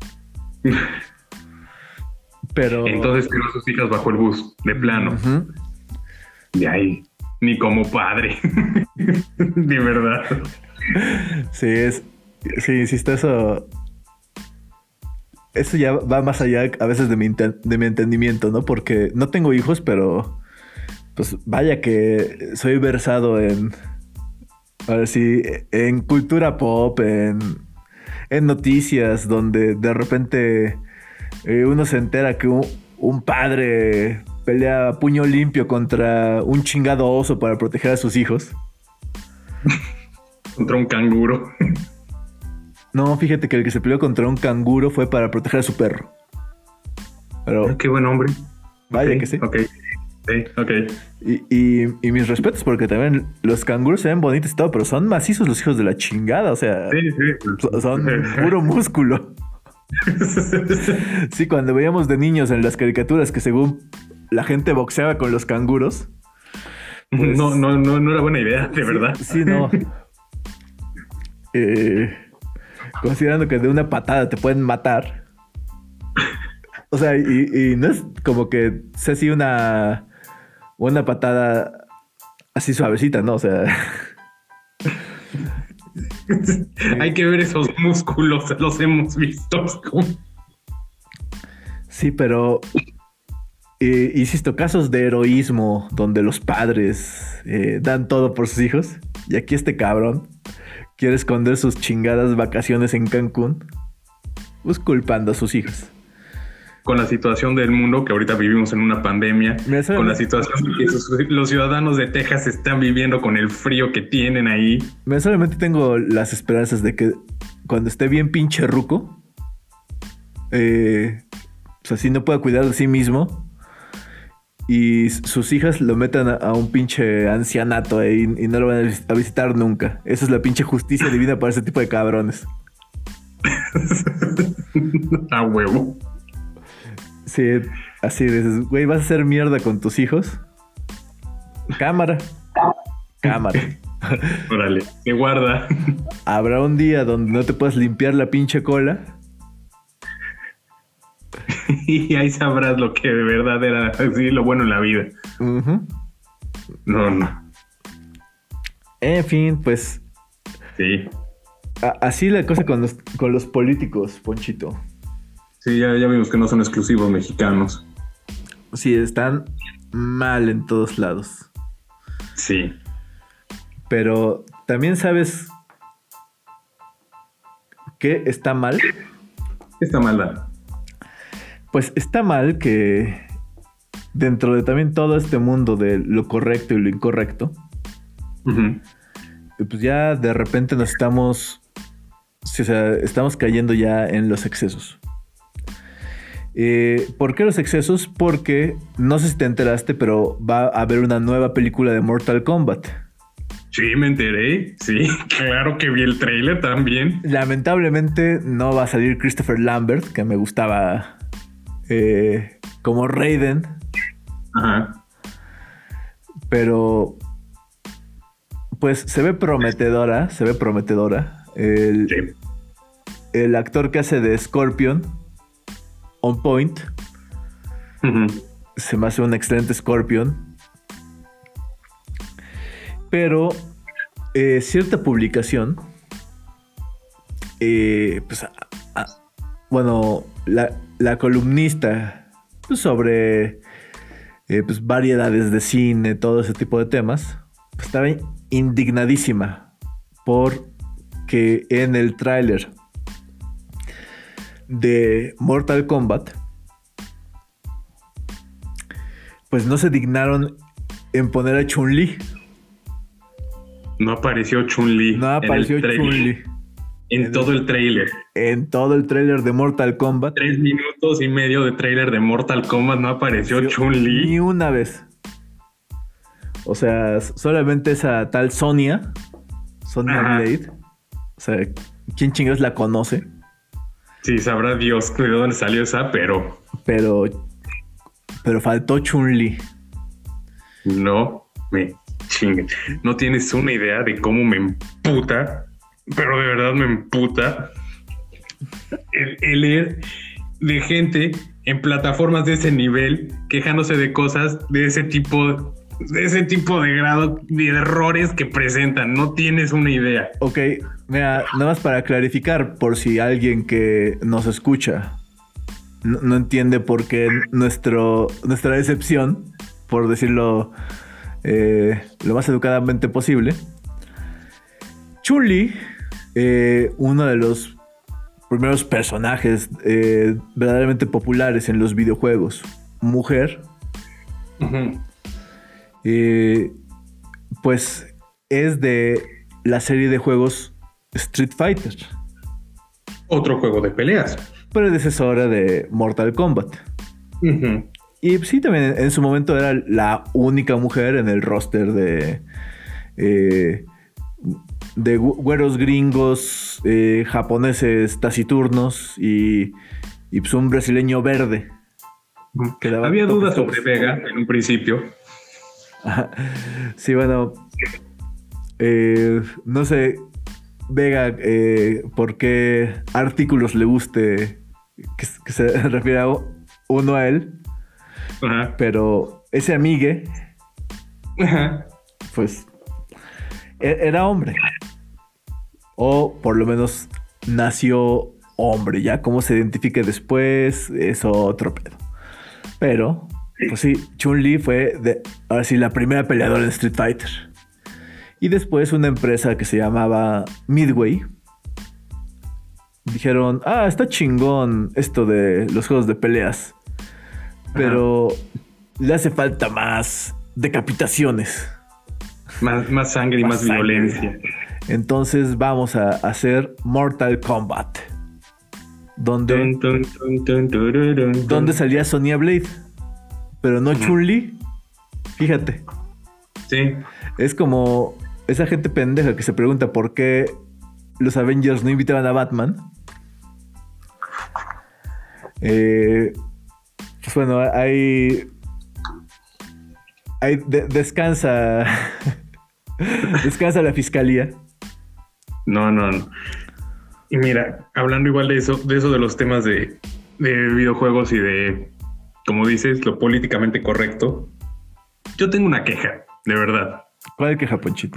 Pero... Entonces tiró a sus hijas bajo el bus, de plano. Uh-huh. De ahí, ni como padre. De verdad. Sí, es... Sí, insisto, eso... Eso ya va más allá a veces de mi, de mi entendimiento, ¿no? Porque no tengo hijos, pero... Pues vaya que soy versado en... A ver si... En cultura pop, en... En noticias, donde de repente... Eh, uno se entera que un, un padre pelea a puño limpio contra un chingado oso para proteger a sus hijos. Contra un canguro. No, fíjate que el que se peleó contra un canguro fue para proteger a su perro. Pero... Ay, qué buen hombre. Vaya okay, que sí. Ok, sí, ok. Y, y, y mis respetos, porque también los canguros se ven bonitos y todo, pero son macizos los hijos de la chingada. O sea, sí, sí. Son puro músculo. Sí, cuando veíamos de niños en las caricaturas que según la gente boxeaba con los canguros, pues, no, no, no, no era buena idea, de sí, verdad. Sí, no. Eh, considerando que de una patada te pueden matar. O sea, y, y no es como que sea así una una patada así suavecita, ¿no? O sea... Hay que ver esos músculos, los hemos visto. Sí, pero eh, insisto, casos de heroísmo donde los padres eh, dan todo por sus hijos. Y aquí este cabrón quiere esconder sus chingadas vacaciones en Cancún, pues culpando a sus hijos. Con la situación del mundo, que ahorita vivimos en una pandemia, sabe, con la situación que sus, los ciudadanos de Texas están viviendo con el frío que tienen ahí. Me solamente tengo las esperanzas de que cuando esté bien pinche ruco, eh, pues así no pueda cuidar de sí mismo y sus hijas lo metan a, a un pinche ancianato ahí y, y no lo van a visitar nunca. Esa es la pinche justicia divina para ese tipo de cabrones. A huevo. Sí, así dices, güey, ¿vas a hacer mierda con tus hijos? Cámara. Cámara. Órale, se guarda. Habrá un día donde no te puedas limpiar la pinche cola. Y ahí sabrás lo que de verdad era así, lo bueno en la vida. Uh-huh. No, no. En fin, pues... Sí. A- así la cosa con los, con los políticos, Ponchito. Sí, ya, ya vimos que no son exclusivos mexicanos. Sí, están mal en todos lados. Sí. Pero también sabes qué está mal. Está mala. Pues está mal que dentro de también todo este mundo de lo correcto y lo incorrecto, Uh-huh. pues ya de repente nos estamos, o sea, estamos cayendo ya en los excesos. Eh, ¿Por qué los excesos? Porque no sé si te enteraste, pero va a haber una nueva película de Mortal Kombat. Sí, me enteré. Sí, claro que vi el tráiler también. Lamentablemente no va a salir Christopher Lambert, que me gustaba eh, como Raiden. Ajá. Pero pues se ve prometedora, se ve prometedora. El, Sí. el actor que hace de Scorpion, On Point, Uh-huh. se me hace un excelente Scorpion. Pero eh, cierta publicación, eh, pues, a, a, bueno, la, la columnista pues, sobre eh, pues, variedades de cine, todo ese tipo de temas, pues, estaba indignadísima porque en el tráiler de Mortal Kombat pues no se dignaron en poner a Chun-Li. No apareció Chun-Li. No apareció Chun-Li. En, en todo el tráiler. En todo el tráiler de Mortal Kombat. Tres minutos y medio de tráiler de Mortal Kombat no apareció Chun-Li. Ni una vez. O sea, solamente esa tal Sonya. Sonya Blade. O sea, ¿quién chingados la conoce? Sí, sabrá Dios de dónde salió esa, pero... Pero... Pero faltó Chun-Li. No me chinguen. No tienes una idea de cómo me emputa, pero de verdad me emputa el, el leer de gente en plataformas de ese nivel quejándose de cosas de ese tipo, de ese tipo de grado de errores que presentan. No tienes una idea. Ok, mira, nada más para clarificar, por si alguien que nos escucha no, no entiende por qué nuestro, nuestra decepción, por decirlo eh, lo más educadamente posible. Chun-Li, eh, uno de los primeros personajes eh, verdaderamente populares en los videojuegos, mujer, uh-huh. eh, pues es de la serie de juegos Street Fighter. Otro juego de peleas. Predecesora de Mortal Kombat. Uh-huh. Y sí, también en su momento era la única mujer en el roster de eh, de güeros gringos, eh, japoneses taciturnos y, y pues un brasileño verde. Había dudas sobre Vega en un principio. Sí, bueno, eh, no sé, Vega, eh, por qué artículos le guste que, que se refiera uno a él. Ajá. Pero ese amigue, ajá, pues era hombre, o por lo menos nació hombre. Ya cómo se identifique después es otro pedo. Pero pues sí, Chun-Li fue de, ahora sí, la primera peleadora en Street Fighter. Y después una empresa que se llamaba Midway dijeron: ah, está chingón esto de los juegos de peleas, pero ajá, le hace falta más decapitaciones. Más, más sangre y más, más sangre. Violencia. Entonces vamos a hacer Mortal Kombat. Donde, dun, dun, dun, dun, dun, dun, dun, donde salía Sonya Blade, pero no uh-huh. Chun-Li. Fíjate. Sí. Es como esa gente pendeja que se pregunta por qué los Avengers no invitaban a Batman. Eh, pues bueno, hay... hay de, descansa... descansa la fiscalía. No, no, no. Y mira, hablando igual de eso, de eso de los temas de, de videojuegos y de, como dices, lo políticamente correcto, yo tengo una queja, de verdad. ¿Cuál queja, Ponchito?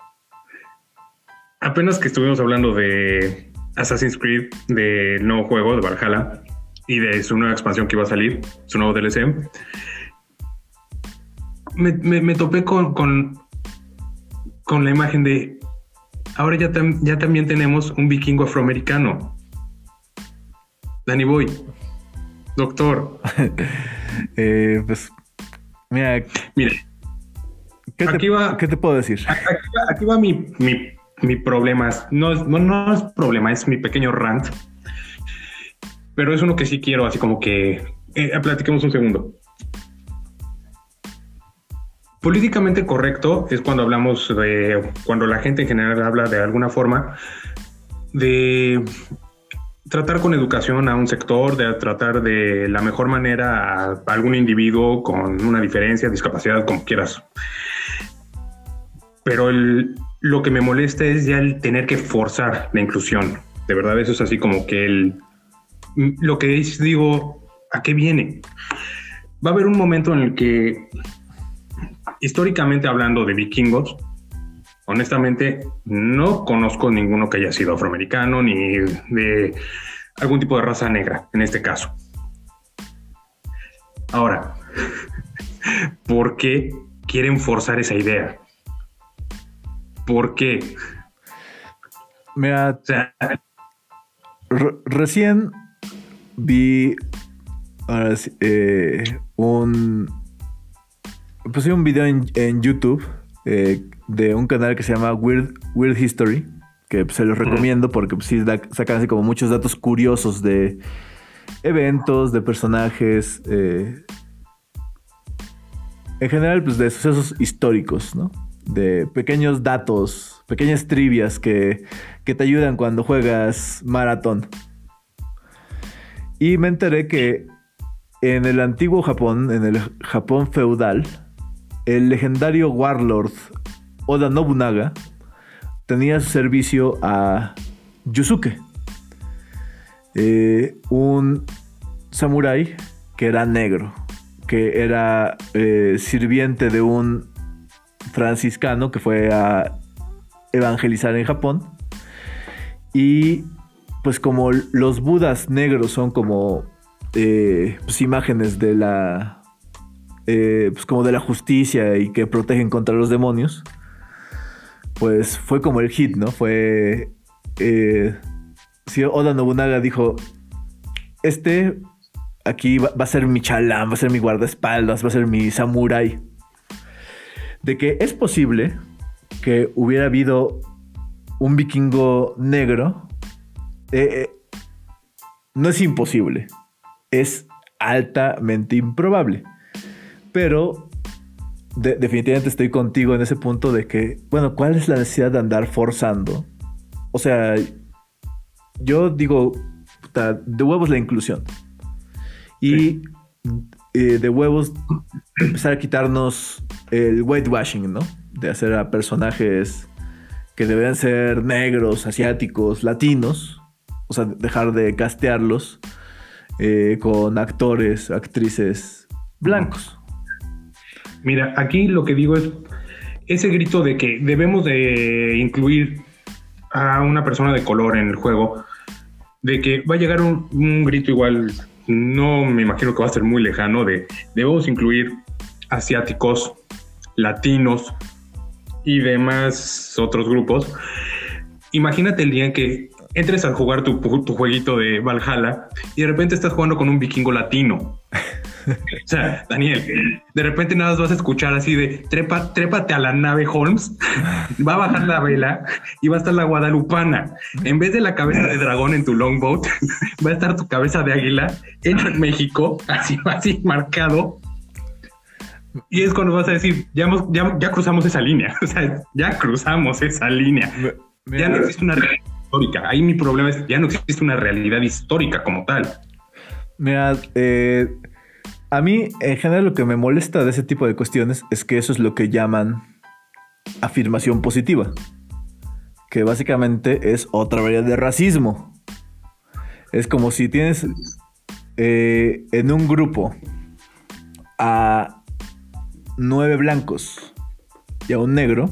Apenas que estuvimos hablando de Assassin's Creed, del nuevo juego de Valhalla y de su nueva expansión que iba a salir, su nuevo D L C, me, me, me topé con, con, con la imagen de ahora ya, tam, ya también tenemos un vikingo afroamericano. Danny Boy, doctor. eh, pues, mira, mira. ¿Qué te, va, ¿Qué te puedo decir? Aquí va, aquí va mi, mi, mi problema. No es, no, no es problema, es mi pequeño rant. Pero es uno que sí quiero, así como que eh, platiquemos un segundo. Políticamente correcto es cuando hablamos de, cuando la gente en general habla de alguna forma de tratar con educación a un sector, de tratar de la mejor manera a algún individuo con una diferencia, discapacidad, como quieras. Pero el, lo que me molesta es ya el tener que forzar la inclusión. De verdad, eso es así como que el, lo que es, digo, ¿a qué viene? va a haber un momento en el que, históricamente hablando de vikingos, honestamente no conozco ninguno que haya sido afroamericano ni de algún tipo de raza negra en este caso. Ahora, ¿por qué quieren forzar esa idea? ¿Por qué? Mira, O sea, re- recién vi ahora sí, eh, un pues sí, un video en, en YouTube eh, de un canal que se llama Weird, Weird History, que pues, se los recomiendo porque pues, sí da- sacan así como muchos datos curiosos de eventos, de personajes, eh, en general pues de sucesos históricos, ¿no? De pequeños datos, pequeñas trivias que, que te ayudan cuando juegas maratón. Y me enteré que en el antiguo Japón, en el Japón feudal, el legendario warlord Oda Nobunaga tenía a su servicio a Yusuke, eh, un samurái que era negro, que era eh, sirviente de un franciscano que fue a evangelizar en Japón. Y pues como los budas negros son como eh, pues, imágenes de la eh, pues como de la justicia y que protegen contra los demonios, pues fue como el hit, ¿no? Fue eh, si Oda Nobunaga dijo, este aquí va, va a ser mi chalán, va a ser mi guardaespaldas, va a ser mi samurái. De que es posible que hubiera habido un vikingo negro, eh, eh, no es imposible, es altamente improbable. Pero de, definitivamente estoy contigo en ese punto de que, bueno, ¿cuál es la necesidad de andar forzando? O sea, yo digo, puta, de huevos la inclusión. Y sí. eh, de huevos empezar a quitarnos el whitewashing, ¿no? De hacer a personajes que deberían ser negros, asiáticos, latinos. O sea, dejar de castearlos eh, con actores, actrices blancos. Mira, aquí lo que digo es ese grito de que debemos de incluir a una persona de color en el juego, de que va a llegar un, un grito igual, no me imagino que va a ser muy lejano, de debemos incluir asiáticos, latinos y demás otros grupos. Imagínate el día en que entres a jugar tu, tu jueguito de Valhalla y de repente estás jugando con un vikingo latino. O sea, Daniel, de repente nada más vas a escuchar así de trepa, trépate a la nave Holmes, va a bajar la vela y va a estar la guadalupana. En vez de la cabeza de dragón en tu longboat, va a estar tu cabeza de águila hecho en México, así, así marcado. Y es cuando vas a decir, ya, hemos, ya, ya cruzamos esa línea. O sea, ya cruzamos esa línea. Me, me ya no existe una realidad histórica. Ahí mi problema es, ya no existe una realidad histórica como tal. Mira, eh... a mí, en general, lo que me molesta de ese tipo de cuestiones es que eso es lo que llaman afirmación positiva, que básicamente es otra variedad de racismo. Es como si tienes eh, en un grupo a nueve blancos y a un negro,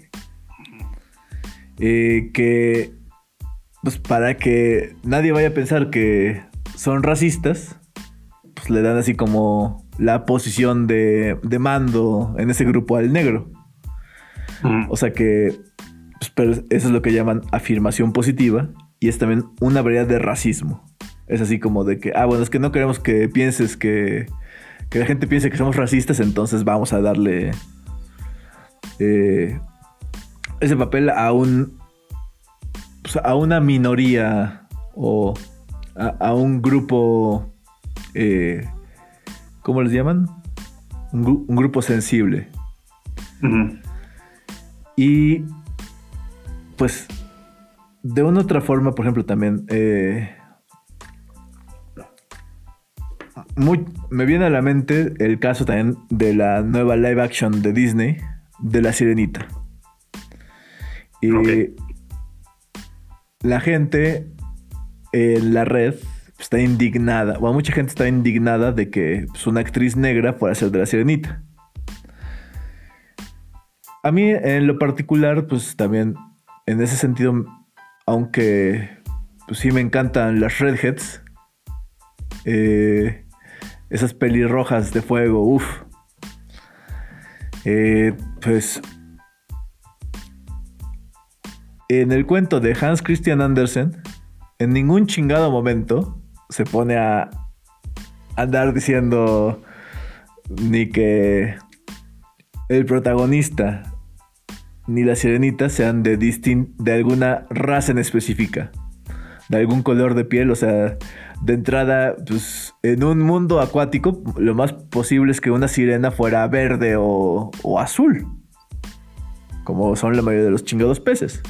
eh, que pues para que nadie vaya a pensar que son racistas, pues le dan así como la posición de, de mando en ese grupo al negro. Mm. O sea que pues, pero eso es lo que llaman afirmación positiva y es también una variedad de racismo. Es así como de que, ah, bueno, es que no queremos que pienses que, que la gente piense que somos racistas, entonces vamos a darle eh, ese papel a un pues, a una minoría o a, a un grupo. Eh, ¿Cómo les llaman? Un, gru- un grupo sensible. Uh-huh. Y pues de una otra forma, por ejemplo, también eh, muy, me viene a la mente el caso también de la nueva live action de Disney de La Sirenita. Y okay. La gente en la red está indignada, bueno, mucha gente está indignada de que pues, una actriz negra fuera a ser de la Sirenita. A mí, en lo particular, pues también, en ese sentido, aunque pues sí me encantan las redheads, eh, esas pelirrojas de fuego, uff. Eh, pues en el cuento de Hans Christian Andersen, en ningún chingado momento se pone a andar diciendo ni que el protagonista ni la sirenita sean de, distin- de alguna raza en específica, de algún color de piel. O sea, de entrada, pues en un mundo acuático, lo más posible es que una sirena fuera verde o, o azul, como son la mayoría de los chingados peces.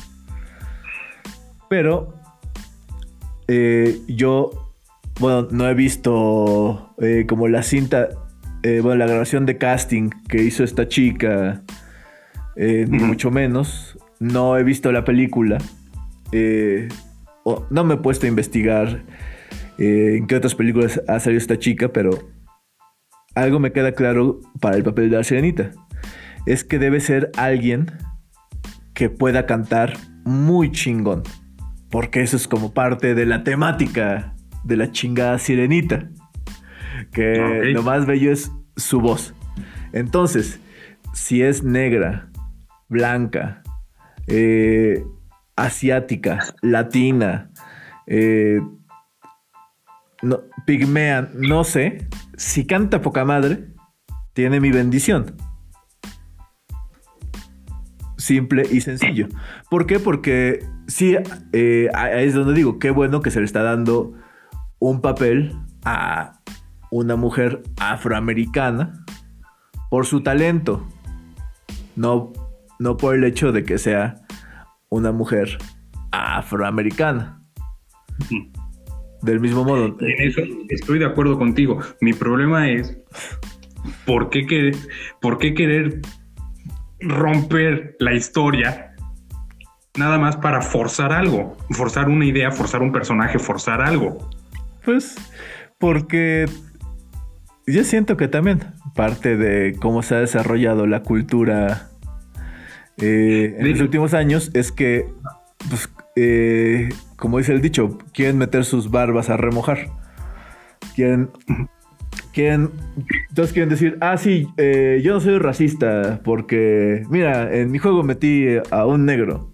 Pero eh, yo, bueno, no he visto eh, como la cinta, eh, bueno, la grabación de casting que hizo esta chica, eh, ni mucho menos. No he visto la película. Eh, o, no me he puesto a investigar eh, en qué otras películas ha salido esta chica, pero algo me queda claro para el papel de la sirenita. Es que debe ser alguien que pueda cantar muy chingón. Porque eso es como parte de la temática de la chingada sirenita. Que okay. Lo más bello es su voz. Entonces, si es negra, blanca, eh, asiática, latina, eh, no, pigmea, no sé, si canta poca madre, tiene mi bendición. Simple y sencillo. ¿Por qué? Porque sí, eh, es donde digo, qué bueno que se le está dando un papel a una mujer afroamericana por su talento, no, no por el hecho de que sea una mujer afroamericana. Uh-huh. Del mismo modo. En eso estoy de acuerdo contigo. Mi problema es ¿por qué querer, por qué querer romper la historia nada más para forzar algo, forzar una idea, forzar un personaje, forzar algo? Pues porque yo siento que también parte de cómo se ha desarrollado la cultura eh, en sí. los últimos años es que, pues, eh, como dice el dicho, quieren meter sus barbas a remojar. Quieren... Quieren, todos quieren decir, ah, sí, eh, yo no soy racista porque, mira, en mi juego metí a un negro.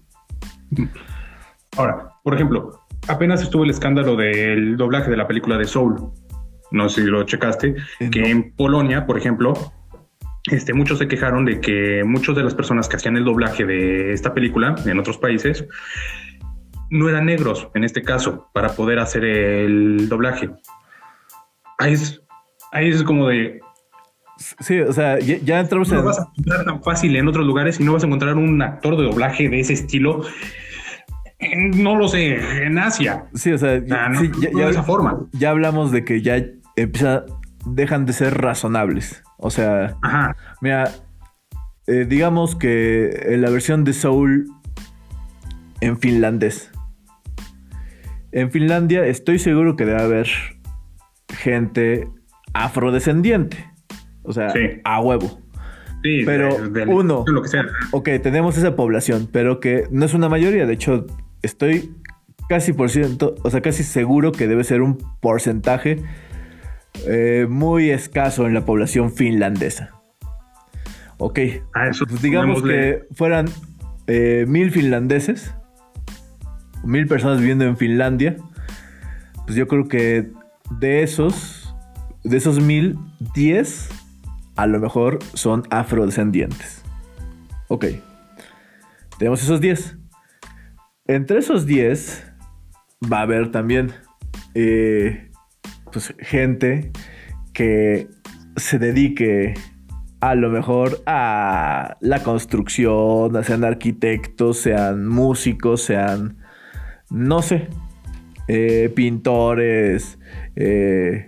Ahora, por ejemplo, apenas estuvo el escándalo del doblaje de la película de Soul. No sé si lo checaste, eh, que no. En Polonia, por ejemplo, este, muchos se quejaron de que muchas de las personas que hacían el doblaje de esta película en otros países no eran negros, en este caso, para poder hacer el doblaje. Ahí es... Ahí es como de... Sí, o sea, ya, ya entramos no en... No vas a encontrar tan fácil en otros lugares y no vas a encontrar un actor de doblaje de ese estilo, en, no lo sé, en Asia. Sí, o sea, ya, no, sí, ya, no ya, de esa forma. Ya hablamos de que ya empieza, dejan de ser razonables. O sea, ajá. Mira, eh, digamos que en la versión de Soul en finlandés. En Finlandia estoy seguro que debe haber gente afrodescendiente, o sea, sí. A huevo. Sí, pero de, de, uno, de lo que sea. Ok, tenemos esa población, pero que no es una mayoría. De hecho, estoy casi por ciento, o sea, casi seguro que debe ser un porcentaje eh, muy escaso en la población finlandesa. Ok, ah, eso, pues digamos que fueran eh, mil finlandeses, mil personas viviendo en Finlandia. Pues yo creo que de esos De esos mil, diez a lo mejor son afrodescendientes. Ok. Tenemos esos diez. Entre esos diez va a haber también eh, pues, gente que se dedique a lo mejor a la construcción, sean arquitectos, sean músicos, sean, no sé, eh, pintores, eh,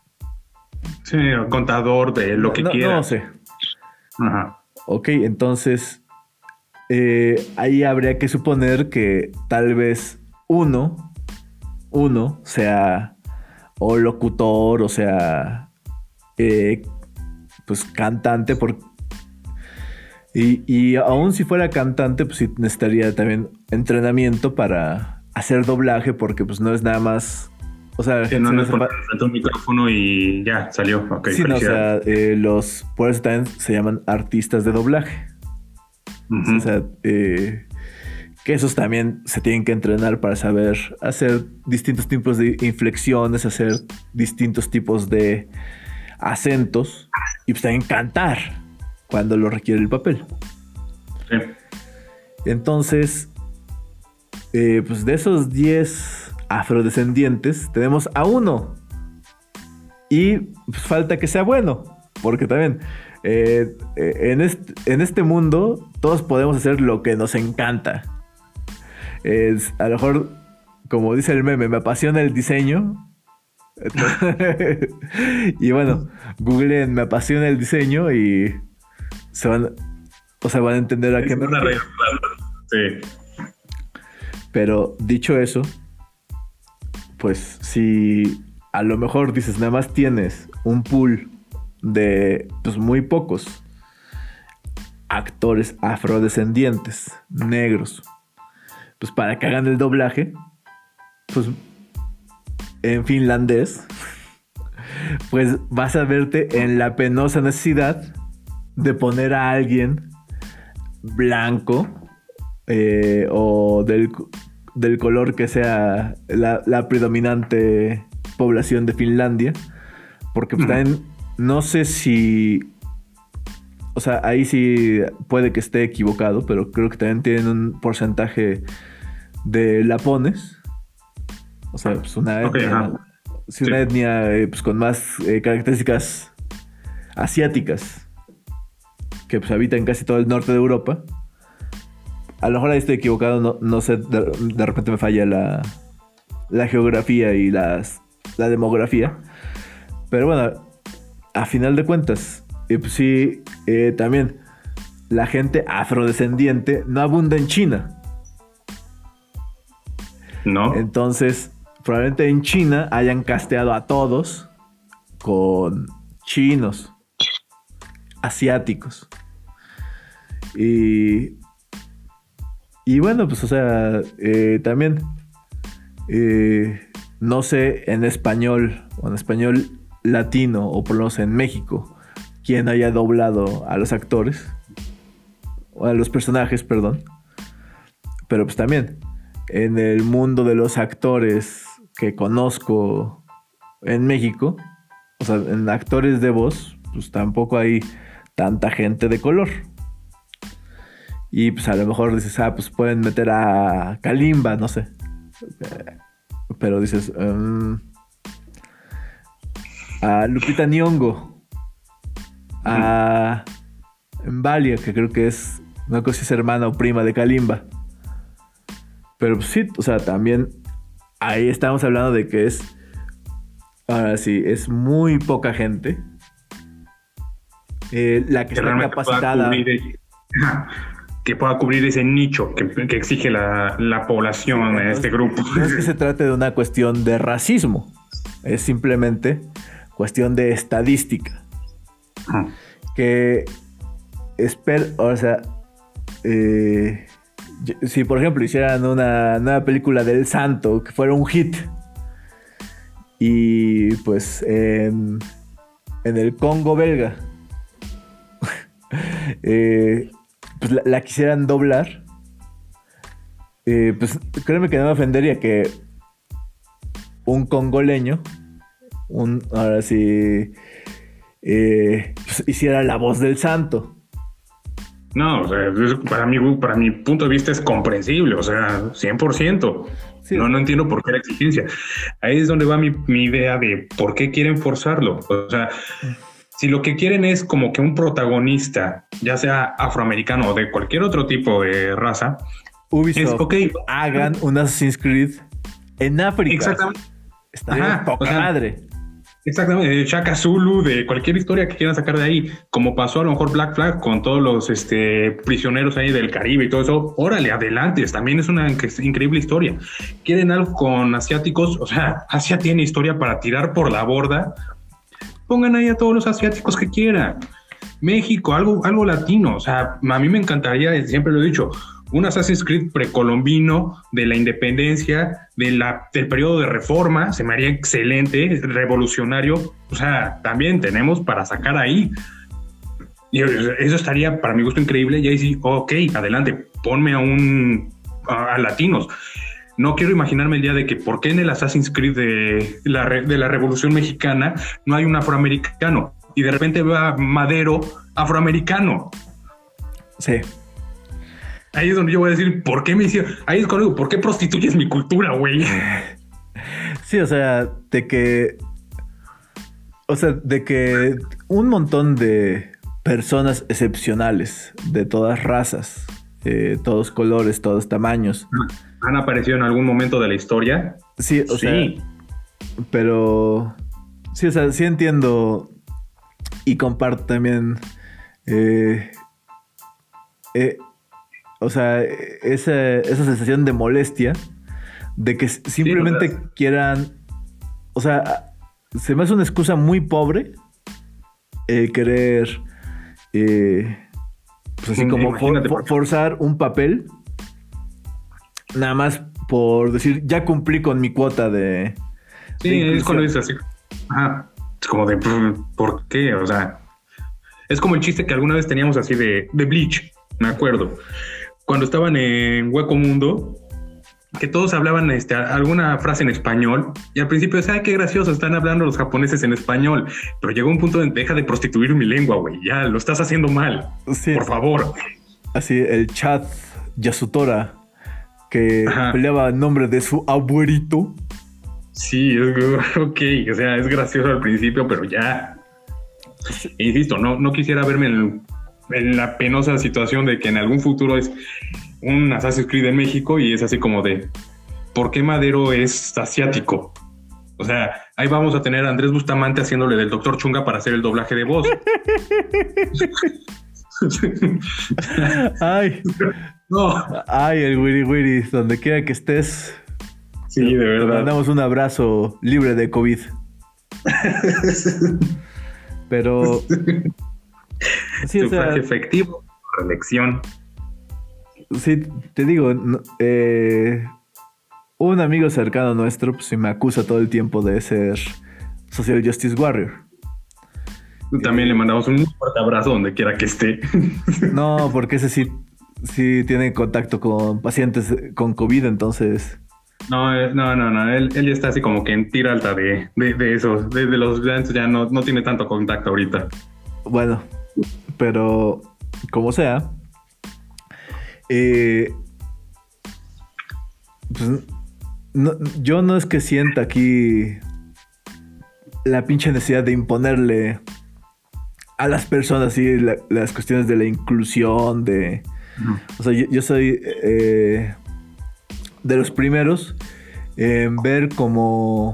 sí, contador de lo que no, quiera. No sé. Ajá. Ok, entonces eh, ahí habría que suponer que tal vez uno, uno sea o locutor, o sea, eh, pues cantante, por, y, y aún si fuera cantante, pues sí necesitaría también entrenamiento para hacer doblaje, porque pues no es nada más, o sea, que no se nos sepa- ponen frente a un micrófono y ya salió. Ok, sí, no, o sea, felicidades. eh, los, por eso también se llaman artistas de doblaje. Ujú. O sea, eh, que esos también se tienen que entrenar para saber hacer distintos tipos de inflexiones, hacer distintos tipos de acentos y pues también cantar cuando lo requiere el papel. Sí. Entonces, eh, pues de esos diez afrodescendientes tenemos a uno y pues falta que sea bueno, porque también eh, eh, en, este, en este mundo todos podemos hacer lo que nos encanta. Es, a lo mejor, como dice el meme, me apasiona el diseño. Y bueno, googleen, me apasiona el diseño y se van, o sea, van a entender a qué Es me una refiero. regla. Sí. Pero dicho eso, pues si a lo mejor dices, nada más tienes un pool de pues muy pocos actores afrodescendientes, negros, pues para que hagan el doblaje, pues en finlandés, pues vas a verte en la penosa necesidad de poner a alguien blanco eh, o del, del color que sea la, la predominante población de Finlandia, porque pues, Ujú. también no sé si, o sea, ahí sí puede que esté equivocado, pero creo que también tienen un porcentaje de lapones, o sea, pues una Ok, etnia, ajá. sí, una Sí. etnia eh, pues, con más eh, características asiáticas que pues habita en casi todo el norte de Europa. A lo mejor ahí estoy equivocado, no, no sé, de, de repente me falla la, la geografía y las, la demografía. Pero bueno, a final de cuentas, eh, pues sí, eh, también la gente afrodescendiente no abunda en China. ¿No? Entonces, probablemente en China hayan casteado a todos con chinos, asiáticos. Y, y bueno, pues o sea, eh, también, eh, no sé en español o en español latino o por lo menos en México, quién haya doblado a los actores, o a los personajes, perdón. Pero pues también, en el mundo de los actores que conozco en México, o sea, en actores de voz, pues tampoco hay tanta gente de color. Y pues a lo mejor dices, ah, pues pueden meter a Kalimba, no sé. Pero dices, um, a Lupita Nyong'o, a Mbalia, que creo que es, no sé si es hermana o prima de Kalimba. Pero pues sí, o sea, también ahí estamos hablando de que es, ahora sí, es muy poca gente eh, la que Que está realmente pueda capacitada. cubrir, el- Ajá. que pueda cubrir ese nicho que, que exige la, la población en este grupo. No es que se trate de una cuestión de racismo, es simplemente cuestión de estadística. Ajá. Que esper, o sea, eh, yo- si por ejemplo hicieran una nueva película del Santo que fuera un hit y pues en, en el Congo belga eh, pues la, la quisieran doblar, eh, pues créeme que no me ofendería que un congoleño, un, ahora sí, eh, pues hiciera la voz del Santo. No, o sea, es- para mí, para mi punto de vista es comprensible, o sea, cien por ciento. Sí. No, no entiendo por qué la exigencia. Ahí es donde va mi, mi idea de por qué quieren forzarlo. O sea, si lo que quieren es como que un protagonista, ya sea afroamericano o de cualquier otro tipo de raza, Ubisoft, es ok. hagan un Assassin's Creed en África. Exactamente. Estaría Ajá, poca o sea, madre. Exactamente, de Shaka Zulu, de cualquier historia que quieran sacar de ahí, como pasó a lo mejor Black Flag con todos los este, prisioneros ahí del Caribe y todo eso, órale, adelante, también es una increíble historia. Quieren algo con asiáticos, o sea, Asia tiene historia para tirar por la borda, pongan ahí a todos los asiáticos que quieran. México, algo, algo latino, o sea, a mí me encantaría, siempre lo he dicho, un Assassin's Creed precolombino de la independencia, de la, del periodo de reforma, se me haría excelente, revolucionario. O sea, también tenemos para sacar ahí. Y eso estaría para mi gusto increíble. Y ahí sí, ok, adelante, ponme a un a, a latinos. No quiero imaginarme el día de que por qué en el Assassin's Creed de la, de la Revolución Mexicana no hay un afroamericano y de repente va Madero afroamericano. Sí. Ahí es donde yo voy a decir, ¿por qué me hicieron? Ahí es cuando digo, ¿por qué prostituyes mi cultura, güey? Sí, o sea, de que... O sea, de que un montón de personas excepcionales, de todas razas, eh, todos colores, todos tamaños. ¿Han aparecido en algún momento de la historia? Sí, o sí. sea... Pero... Sí, o sea, sí entiendo y comparto también... Eh, eh, O sea, esa, esa sensación de molestia, de que simplemente sí, o sea, quieran... O sea, se me hace una excusa muy pobre el querer, eh, pues así como for, for, forzar un papel, nada más por decir, ya cumplí con mi cuota de... Sí, de es cuando dices así. Ajá, es como de, ¿por qué? O sea, es como el chiste que alguna vez teníamos así de, de Bleach, me acuerdo. Cuando estaban en Hueco Mundo, que todos hablaban este, alguna frase en español, y al principio decía, ay, qué gracioso, están hablando los japoneses en español, pero llegó un punto de deja de prostituir mi lengua, güey, ya lo estás haciendo mal, sí, por favor. Así, el chat Yasutora, que Ajá. peleaba en nombre de su abuelito. Sí, ok, o sea, es gracioso al principio, pero ya. E insisto, no, no quisiera verme en, en la penosa situación de que en algún futuro es un Assassin's Creed en México y es así como de ¿por qué Madero es asiático? O sea, ahí vamos a tener a Andrés Bustamante haciéndole del doctor Chunga para hacer el doblaje de voz. Ay, no. Ay, el Wiri Wiri, donde quiera que estés. Sí, de verdad. Te mandamos un abrazo libre de COVID. Pero sí, o sea, efectivo, reelección. Sí, te digo, eh, un amigo cercano nuestro pues, me acusa todo el tiempo de ser Social Justice Warrior. También eh, le mandamos un fuerte abrazo donde quiera que esté. No, porque ese sí, sí tiene contacto con pacientes con COVID, entonces... No, no, no, no. Él, él ya está así como que en tira alta de, de, de eso. De, de los estudiantes ya no, no tiene tanto contacto ahorita. Bueno, pero como sea... Eh, pues, no, yo no es que sienta aquí la pinche necesidad de imponerle a las personas ¿sí? la, las cuestiones de la inclusión, de... Uh-huh. O sea, yo, yo soy eh, de los primeros en ver como...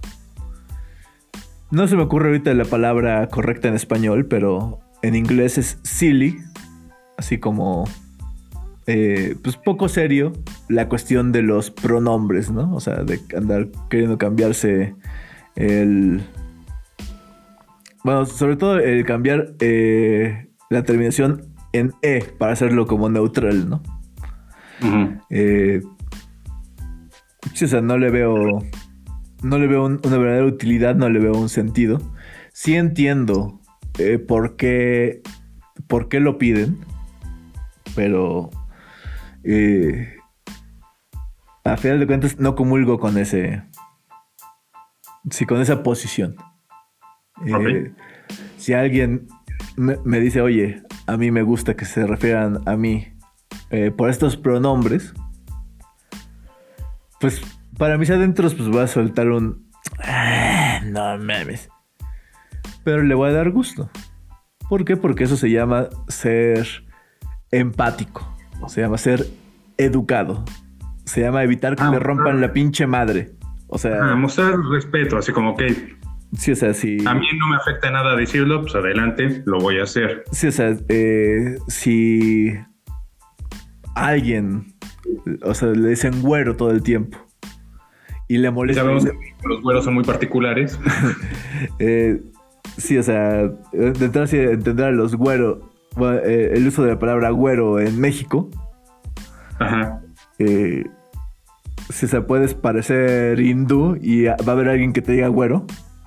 No se me ocurre ahorita la palabra correcta en español, pero en inglés es silly, así como... Eh, pues poco serio la cuestión de los pronombres, ¿no? O sea, de andar queriendo cambiarse el... Bueno, sobre todo el cambiar eh, la terminación en E para hacerlo como neutral, ¿no? Uh-huh. Eh, sí, o sea, no le veo... No le veo un, una verdadera utilidad, no le veo un sentido. Sí entiendo eh, por qué... por qué lo piden, pero... Eh, a final de cuentas no comulgo con ese sí, con esa posición. Okay. Eh, si alguien me, me dice, oye, a mí me gusta que se refieran a mí eh, por estos pronombres, pues para mis adentros pues voy a soltar un ah, no mames, pero le voy a dar gusto. ¿Por qué? Porque eso se llama ser empático. Se llama ser educado. Se llama evitar que ah, le rompan ah, la pinche madre. O sea... Ah, mostrar respeto, así como que... Sí, o sea, si... A mí no me afecta nada decirlo, pues adelante, lo voy a hacer. Sí, o sea, eh, si alguien, o sea, le dicen güero todo el tiempo y le Y molesta... sabemos que los güeros son muy particulares. eh, sí, o sea, de entrada sí entender a los güeros, bueno, eh, el uso de la palabra güero en México. Ajá. Eh, si se puedes parecer hindú y va a haber alguien que te diga güero.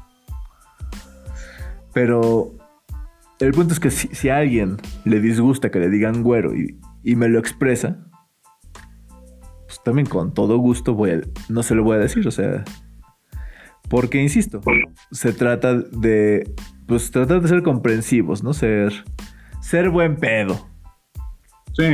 Pero el punto es que si, si a alguien le disgusta que le digan güero y, y me lo expresa, pues también con todo gusto voy a, no se lo voy a decir, o sea, porque insisto, se trata de, pues tratar de ser comprensivos, ¿no? Ser, ser buen pedo. Sí.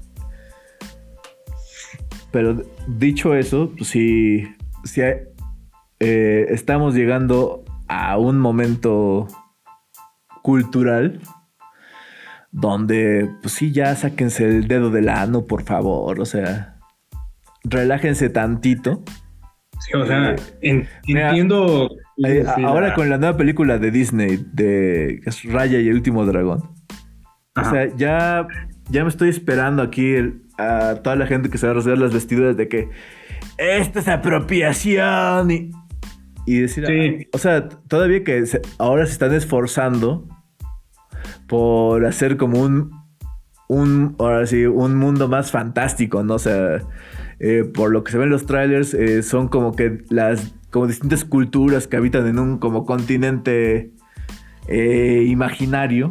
Pero dicho eso, pues si, si eh, estamos llegando a un momento cultural donde, pues sí, ya sáquense el dedo del ano, por favor, o sea, relájense tantito. Sí, o sea, Eh, en- mira, entiendo. Eh, sí, ahora la- con la nueva película de Disney, de que es Raya y el último dragón, Ajá. o sea, ya, ya me estoy esperando aquí el- a toda la gente que se va a rasgar las vestiduras de que esta es apropiación y, y decir, Sí. ah, o sea, todavía que se- ahora se están esforzando por hacer como un, un, ahora sí, un mundo más fantástico, ¿no? O sea, eh, por lo que se ven en los trailers, eh, son como que las, como distintas culturas que habitan en un como continente eh, imaginario.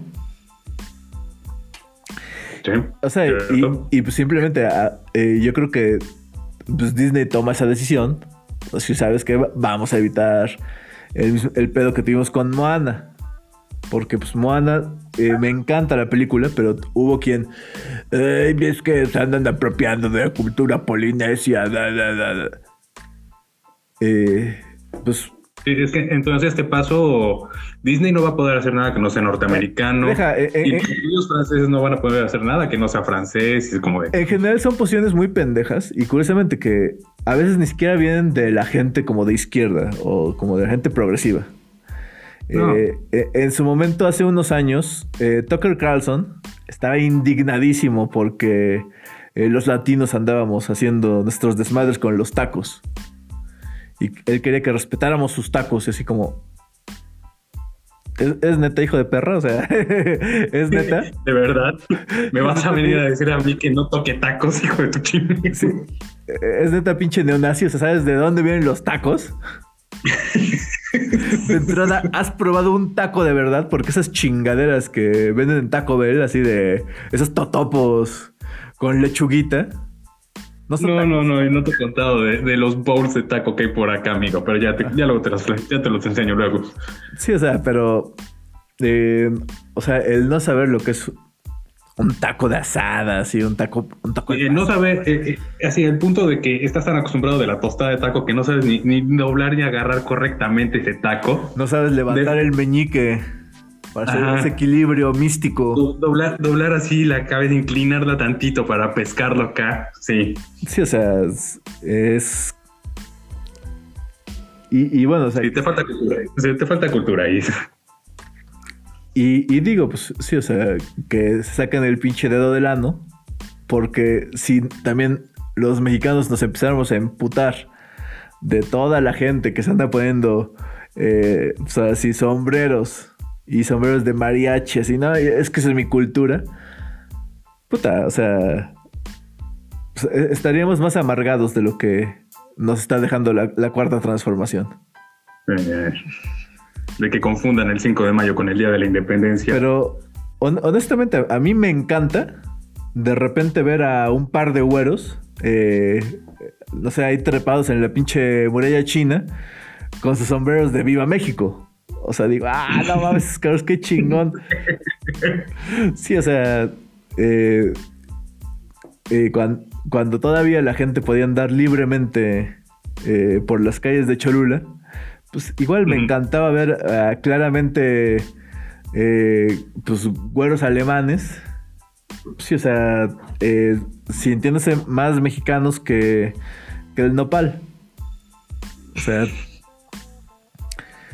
Sí. O sea, y, Cierto. y pues simplemente ah, eh, yo creo que pues Disney toma esa decisión. Pues si sabes que va- vamos a evitar el, mismo- el pedo que tuvimos con Moana. Porque pues Moana, eh, me encanta la película, pero hubo quien... "Ay, es que se andan apropiando de la cultura polinesia. Da, da, da, da". Eh, pues Sí, es que entonces este paso, Disney no va a poder hacer nada que no sea norteamericano. Deja, eh, eh, y eh. los estudios franceses no van a poder hacer nada que no sea francés. Y es como de. en general son posiciones muy pendejas y curiosamente que a veces ni siquiera vienen de la gente como de izquierda o como de la gente progresiva. No. Eh, eh, en su momento, hace unos años, eh, Tucker Carlson estaba indignadísimo porque eh, los latinos andábamos haciendo nuestros desmadres con los tacos. Y él quería que respetáramos sus tacos, y así como... ¿Es, es neta, hijo de perra? O sea, ¿es neta? De verdad, me vas a venir a decir a mí que no toque tacos, hijo de tu chingada. Sí. ¿Es neta, pinche neonazi? O sea, ¿sabes de dónde vienen los tacos? De entrada, ¿has probado un taco de verdad? Porque esas chingaderas que venden en Taco Bell, así de esos totopos con lechuguita, no son No, tacos. no, no, y no te he contado de, de los bowls de taco que hay por acá, amigo, pero ya, te, ya luego te los, ya te los enseño luego. Sí, o sea, pero... eh, o sea, el no saber lo que es un taco de asada, así, un taco... Un taco de Eh, no saber, eh, eh, así el punto de que estás tan acostumbrado de la tostada de taco que no sabes ni, ni doblar ni agarrar correctamente ese taco. No sabes levantar De- el meñique para hacer Ajá. ese equilibrio místico. Do- Doblar, doblar así la cabeza, inclinarla tantito para pescarlo acá. Sí. Sí, o sea, es... es- Y, y bueno, o sea... Sí, te falta cultura. Sí, te falta cultura ahí. Y, y digo, pues sí, o sea, que se saquen el pinche dedo del ano, porque si también los mexicanos nos empezáramos a emputar de toda la gente que se anda poniendo, eh, o sea, así sombreros y sombreros de mariachi, así, no, es que esa es mi cultura, puta, o sea, pues, eh, estaríamos más amargados de lo que nos está dejando la, la cuarta transformación. Eh, de que confundan el cinco de mayo con el Día de la Independencia. Pero hon- honestamente, a mí me encanta de repente ver a un par de güeros, eh, no sé, ahí trepados en la pinche muralla china, con sus sombreros de Viva México. O sea, digo, ah, no mames, Carlos, qué chingón. Sí, o sea, eh, eh, cuan- cuando todavía la gente podía andar libremente eh, por las calles de Cholula, pues igual me Ujú. encantaba ver ah, claramente eh, pues güeros alemanes. Sí, o sea, eh, sintiéndose más mexicanos que, que el nopal. O sea,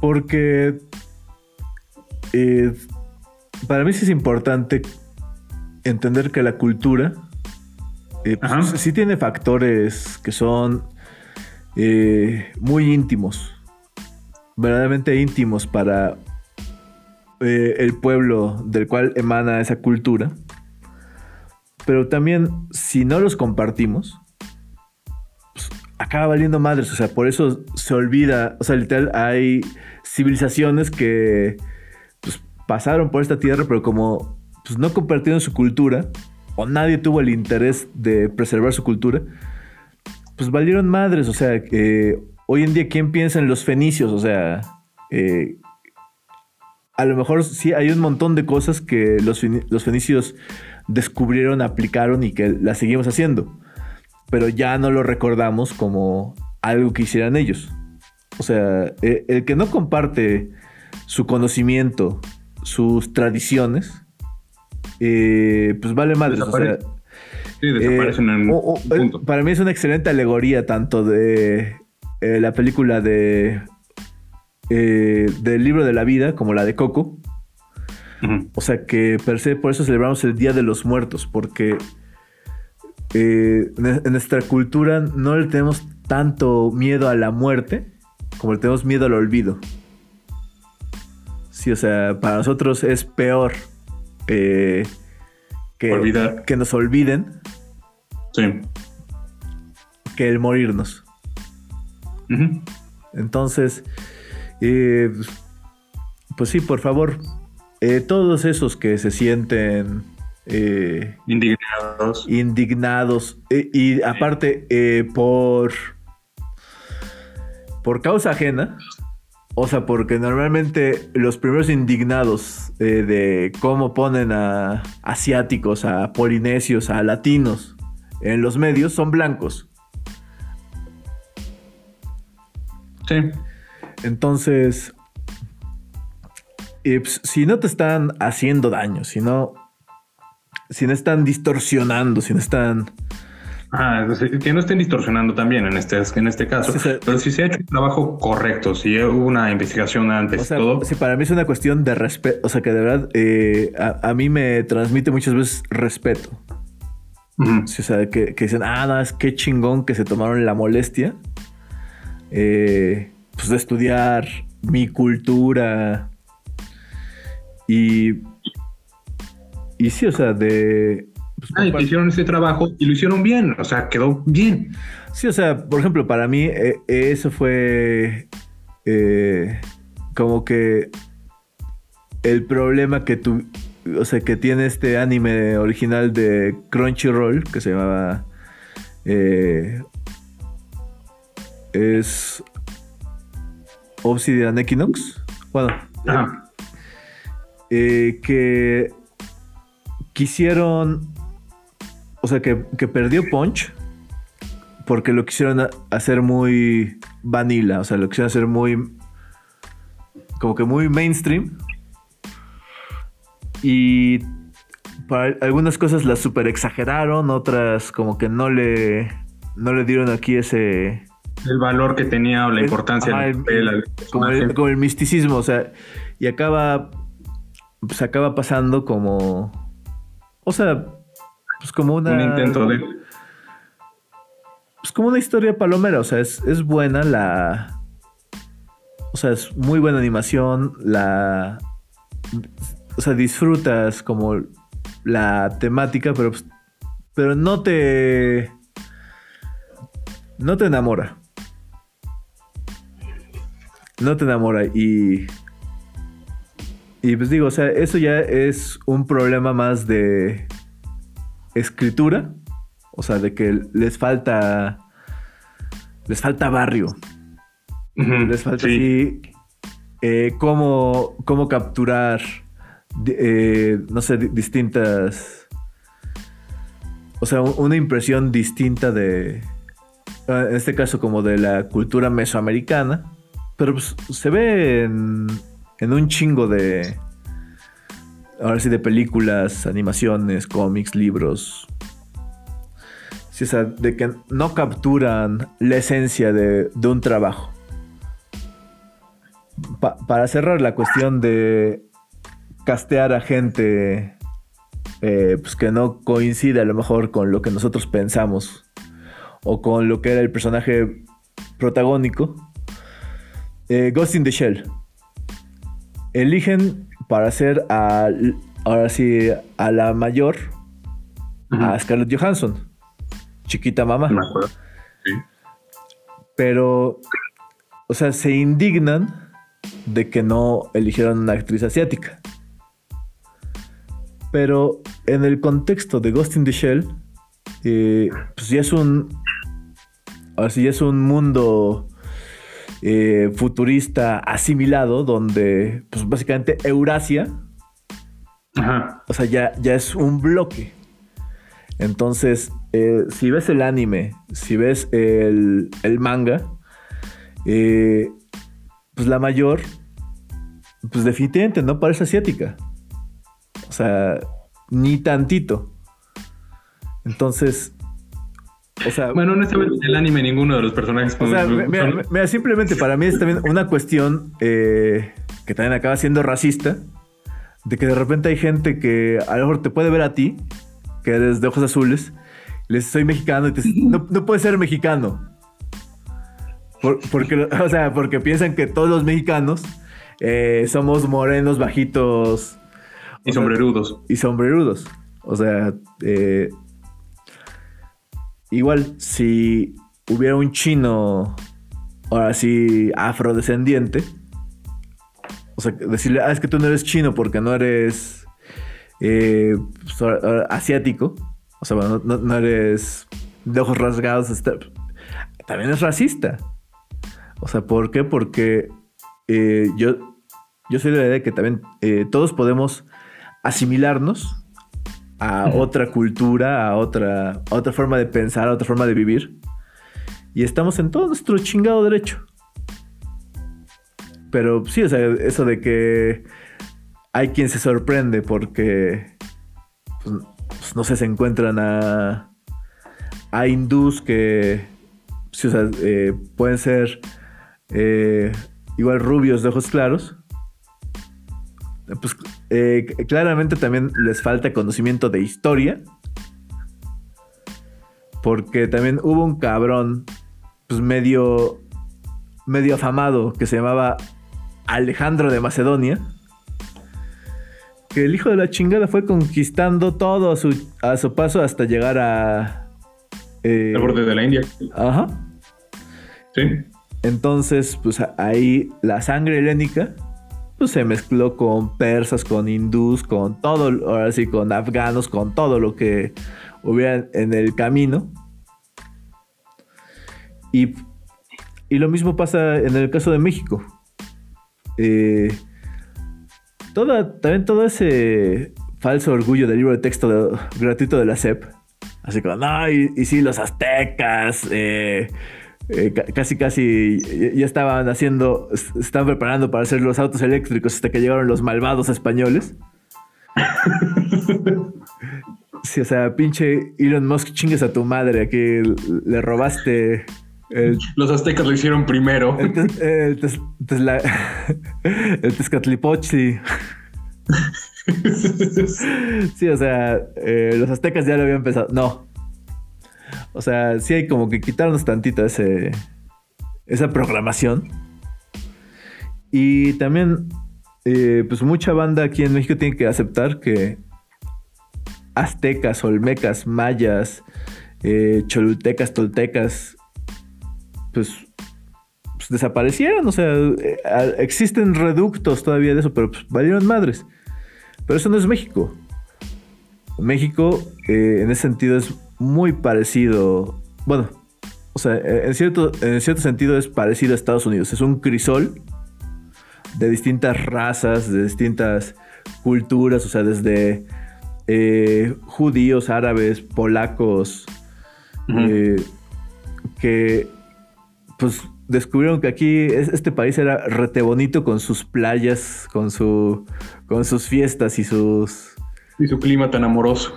Porque eh, para mí sí es importante entender que la cultura eh, pues, sí tiene factores que son eh, muy íntimos, verdaderamente íntimos para eh, el pueblo del cual emana esa cultura. Pero también, si no los compartimos, pues, acaba valiendo madres. O sea, por eso se olvida. O sea, literal, hay civilizaciones que pues, pasaron por esta tierra, pero como pues, no compartieron su cultura, o nadie tuvo el interés de preservar su cultura, pues valieron madres. O sea, eh, hoy en día, ¿quién piensa en los fenicios? O sea, eh, a lo mejor sí hay un montón de cosas que los, los fenicios descubrieron, aplicaron y que las seguimos haciendo, pero ya no lo recordamos como algo que hicieran ellos. O sea, el, el que no comparte su conocimiento, sus tradiciones, eh, pues vale madres. O sea, sí, desaparecen eh, en o, o, un punto. Para mí es una excelente alegoría tanto de eh, la película de eh, del libro de la vida como la de Coco. Uh-huh. O sea que per se, por eso celebramos el Día de los Muertos, porque eh, en nuestra cultura no le tenemos tanto miedo a la muerte como le tenemos miedo al olvido. Sí, o sea, para nosotros es peor eh, que, Olvidar. que nos olviden, sí, que el morirnos. Uh-huh. Entonces, eh, pues sí, por favor. Eh, todos esos que se sienten eh, indignados, indignados eh, y aparte eh, por por causa ajena, o sea, porque normalmente los primeros indignados eh, de cómo ponen a asiáticos, a polinesios, a latinos en los medios son blancos. Sí. Entonces, Y pues, si no te están haciendo daño, si no, si no están distorsionando, si no están... Ah, que no estén distorsionando también en este, en este caso. Sí, sí. Pero si se ha hecho un trabajo correcto, si hubo una investigación antes, o sea, todo... Sí, para mí es una cuestión de respeto. O sea, que de verdad eh, a, a mí me transmite muchas veces respeto. Uh-huh. Sí, o sea, que, que dicen, ah, no, es que chingón que se tomaron la molestia eh, pues de estudiar mi cultura... Y, y sí, o sea, de... Pues, ah, y que hicieron ese trabajo y lo hicieron bien, o sea, quedó bien. Sí, o sea, por ejemplo, para mí eh, eso fue eh, como que el problema que tu, o sea, que tiene este anime original de Crunchyroll, que se llamaba... Eh, es Obsidian Equinox. Bueno... Ajá. Eh, que quisieron, o sea, que, que perdió punch porque lo quisieron hacer muy vanilla, o sea, lo quisieron hacer muy, como que muy mainstream, y para algunas cosas las super exageraron, otras como que no le, no le dieron aquí ese... El valor que tenía o la importancia. Ajá, el, el, el, como, el, como el misticismo, o sea, y acaba... pues acaba pasando como... O sea, pues como una... Un intento de... Pues como una historia palomera, o sea, es, es buena la... O sea, es muy buena animación, la... O sea, disfrutas como la temática, pero, pero no te... No te enamora. No te enamora y... Y pues digo, o sea, eso ya es un problema más de escritura. O sea, de que les falta... Les falta barrio. Uh-huh, les falta sí. así... Eh, cómo, cómo capturar... Eh, no sé, distintas... O sea, una impresión distinta de... En este caso como de la cultura mesoamericana. Pero pues se ve en... En un chingo de... Ahora sí, de películas, animaciones, cómics, libros. Sí, o sea, de que no capturan la esencia de, de un trabajo. pa- para cerrar la cuestión de castear a gente eh, pues que no coincide a lo mejor con lo que nosotros pensamos o con lo que era el personaje protagónico, eh, Ghost in the Shell. Eligen para hacer a, ahora sí, a la mayor, uh-huh. a Scarlett Johansson, chiquita mamá. Me acuerdo. Sí. Pero, o sea, se indignan de que no eligieron una actriz asiática. Pero en el contexto de Ghost in the Shell, eh, pues ya es un, así es un mundo eh, futurista asimilado donde, pues básicamente Eurasia, ajá. o sea, ya, ya es un bloque. Entonces, eh, si ves el anime, si ves el, el manga, eh, pues la mayor, pues definitivamente no parece asiática. O sea, ni tantito. Entonces, o sea... Bueno, honestamente, en el anime ninguno de los personajes... O sea, me, me, me, simplemente para mí es también una cuestión eh, que también acaba siendo racista, de que de repente hay gente que a lo mejor te puede ver a ti, que eres de ojos azules, les soy mexicano y te dices, no, no puedes ser mexicano. Por, porque, o sea, porque piensan que todos los mexicanos eh, somos morenos, bajitos... Y sombrerudos. Y sombrerudos. O sea, eh, igual si hubiera un chino, ahora sí, afrodescendiente, o sea, decirle, ah, es que tú no eres chino porque no eres eh, asiático, o sea, bueno, no, no eres de ojos rasgados, está, también es racista. O sea, ¿por qué? Porque eh, yo, yo soy de la idea de que también eh, todos podemos asimilarnos a uh-huh. otra cultura, a otra, a otra forma de pensar, a otra forma de vivir. Y estamos en todo nuestro chingado derecho. Pero sí, o sea, eso de que hay quien se sorprende porque, pues, pues, no sé, se encuentran a, a hindús que, sí, o sea, eh, pueden ser eh, igual rubios de ojos claros. Pues eh, claramente también les falta conocimiento de historia. Porque también hubo un cabrón pues medio medio afamado que se llamaba Alejandro de Macedonia, que el hijo de la chingada fue conquistando todo a su, a su paso hasta llegar a eh, al borde de la India. Ajá. Sí. Entonces pues ahí la sangre helénica pues se mezcló con persas, con hindús, con todo, ahora sí, con afganos, con todo lo que hubiera en el camino. Y, y lo mismo pasa en el caso de México. Eh, toda, también todo ese falso orgullo del libro de texto de, gratuito de la S E P. Así como, no, y, y sí, los aztecas... Eh, Eh, casi casi ya estaban haciendo, estaban preparando para hacer los autos eléctricos hasta que llegaron los malvados españoles. Sí, o sea, pinche Elon Musk, chingues a tu madre, aquí le robaste el, los aztecas lo hicieron primero. El, tes, el, tes, tes, la, el Tezcatlipochtli. Sí, o sea, eh, los aztecas ya lo habían pensado. No. O sea, sí hay como que quitarnos tantito ese, esa programación. Y también, eh, pues mucha banda aquí en México tiene que aceptar que aztecas, olmecas, mayas, eh, cholultecas, toltecas, pues, pues desaparecieron. O sea, eh, existen reductos todavía de eso, pero pues valieron madres. Pero eso no es México. México, eh, en ese sentido, es muy parecido, bueno, o sea, en cierto, en cierto sentido es parecido a Estados Unidos. Es un crisol de distintas razas, de distintas culturas, o sea, desde eh, judíos, árabes, polacos, uh-huh. eh, que pues descubrieron que aquí este país era rete bonito con sus playas, con su, con sus fiestas y sus y su clima tan amoroso.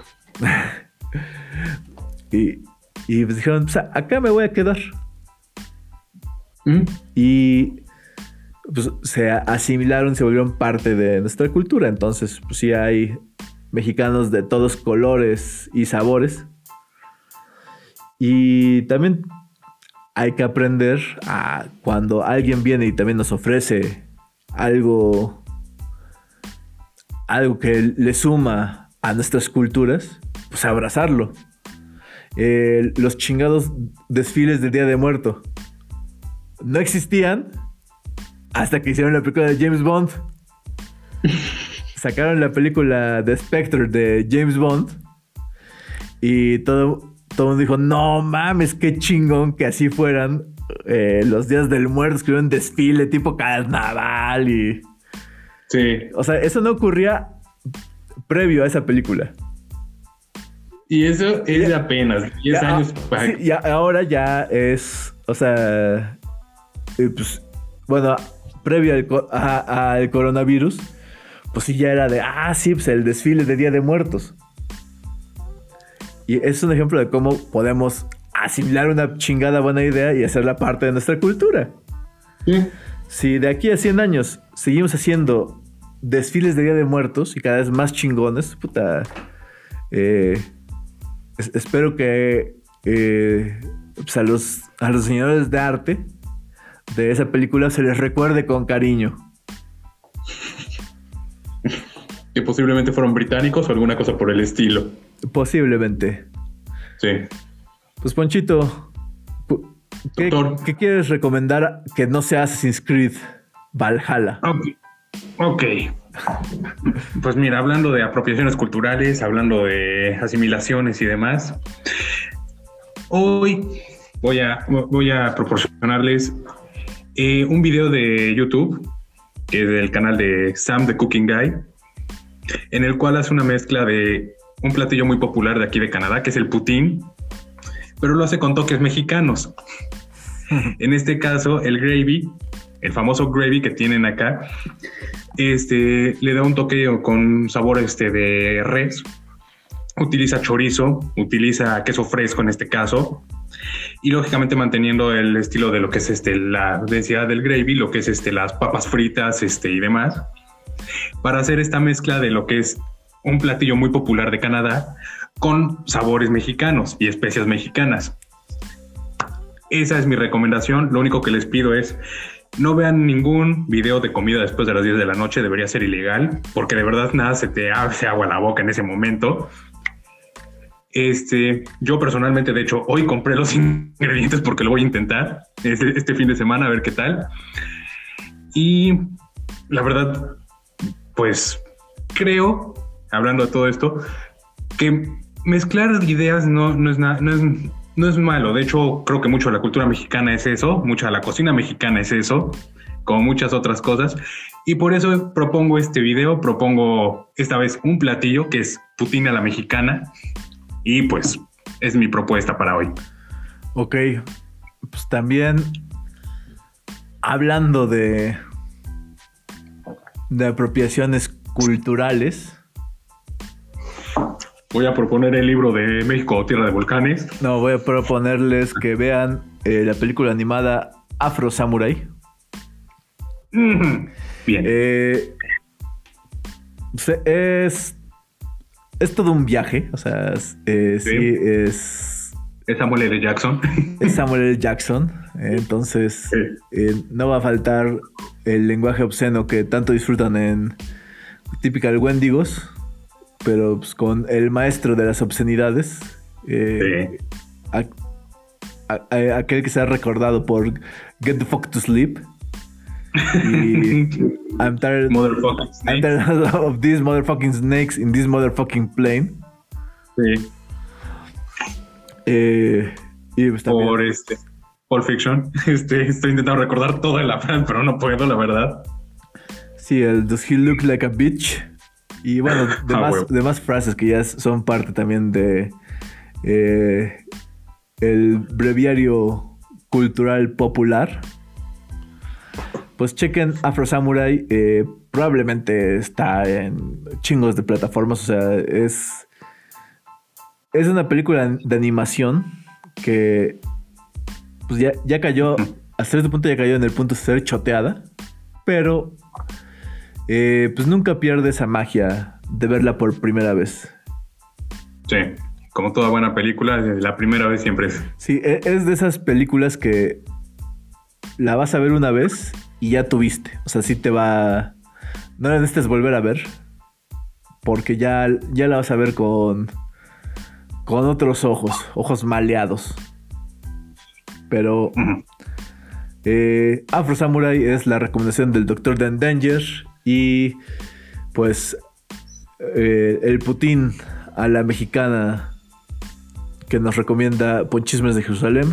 Y, y pues dijeron, pues acá me voy a quedar. ¿Mm? Y pues, se asimilaron, se volvieron parte de nuestra cultura. Entonces, pues sí hay mexicanos de todos colores y sabores. Y también hay que aprender a cuando alguien viene y también nos ofrece algo, algo que le suma a nuestras culturas, pues abrazarlo. Eh, los chingados desfiles del Día de Muerto no existían hasta que hicieron la película de James Bond. Sacaron la película de Spectre de James Bond y todo, todo el mundo dijo, no mames, qué chingón que así fueran eh, los días del muerto, que hubiera un desfile tipo carnaval y... Sí. O sea, eso no ocurría previo a esa película. Y eso es de apenas diez ya, años. Sí, y ahora ya es, o sea, eh, pues, bueno, previo al, a, al coronavirus, pues sí ya era de, ah, sí, pues el desfile de Día de Muertos. Y es un ejemplo de cómo podemos asimilar una chingada buena idea y hacerla parte de nuestra cultura. Sí. Si de aquí a cien años seguimos haciendo desfiles de Día de Muertos y cada vez más chingones, puta, eh... espero que eh, pues a, los, a los señores de arte de esa película se les recuerde con cariño. Que posiblemente fueron británicos o alguna cosa por el estilo. Posiblemente. Sí. Pues Ponchito, ¿qué, ¿qué quieres recomendar que no sea Assassin's Creed Valhalla? Ok. Ok. Pues mira, hablando de apropiaciones culturales, hablando de asimilaciones y demás, hoy voy a, voy a proporcionarles eh, un video de YouTube, que es del canal de Sam the Cooking Guy, en el cual hace una mezcla de un platillo muy popular de aquí de Canadá, que es el poutine, pero lo hace con toques mexicanos. En este caso, el gravy, el famoso gravy que tienen acá, este, le da un toque con sabor este, de res. Utiliza chorizo, utiliza queso fresco en este caso, y lógicamente manteniendo el estilo de lo que es este, la densidad del gravy, lo que es este, las papas fritas este, y demás, para hacer esta mezcla de lo que es un platillo muy popular de Canadá con sabores mexicanos y especias mexicanas. Esa es mi recomendación. Lo único que les pido es no vean ningún video de comida después de las diez de la noche, debería ser ilegal, porque de verdad nada se te hace agua a la boca en ese momento. Este, yo personalmente, de hecho, hoy compré los ingredientes porque lo voy a intentar este, este fin de semana, a ver qué tal. Y la verdad, pues creo, hablando de todo esto, que mezclar ideas no, no es nada, no es, no es malo. De hecho, creo que mucho de la cultura mexicana es eso, mucha de la cocina mexicana es eso, como muchas otras cosas. Y por eso propongo este video, propongo esta vez un platillo que es poutine a la mexicana. Y pues es mi propuesta para hoy. Ok, pues también hablando de, de apropiaciones culturales. Voy a proponer el libro de México, Tierra de Volcanes. No, voy a proponerles que vean eh, la película animada Afro Samurai. Mm-hmm. Bien. Eh, es... Es todo un viaje, o sea, eh, sí. sí, es... Es Samuel L. Jackson. Es Samuel L. Jackson, eh, entonces sí. eh, no va a faltar el lenguaje obsceno que tanto disfrutan en Typical Wendigos, pero pues, con el maestro de las obscenidades, eh, sí. a, a, a, aquel que se ha recordado por Get the Fuck to Sleep. Y I'm tired, I'm tired of these motherfucking snakes in this motherfucking plane. Sí. Eh, y pues también... Por este Pulp Fiction. Este, estoy intentando recordar toda la frase, pero no puedo, la verdad. Sí, el Does he look like a bitch? Y bueno, demás, ah, demás frases que ya son parte también de eh, el breviario cultural popular. Pues chequen Afro Samurai, eh, probablemente está en chingos de plataformas, o sea, es, es una película de animación que pues ya, ya cayó, hasta este punto ya cayó en el punto de ser choteada, pero eh, pues nunca pierde esa magia de verla por primera vez. Sí, como toda buena película, la primera vez siempre es. Sí, es de esas películas que la vas a ver una vez y ya tuviste. O sea, sí te va... No la necesitas volver a ver, porque ya, ya la vas a ver con, con otros ojos, ojos maleados. Pero uh-huh. eh, Afro Samurai es la recomendación del doctor Dan Danger. Y pues eh, el Putin a la mexicana que nos recomienda Ponchismes de Jerusalén.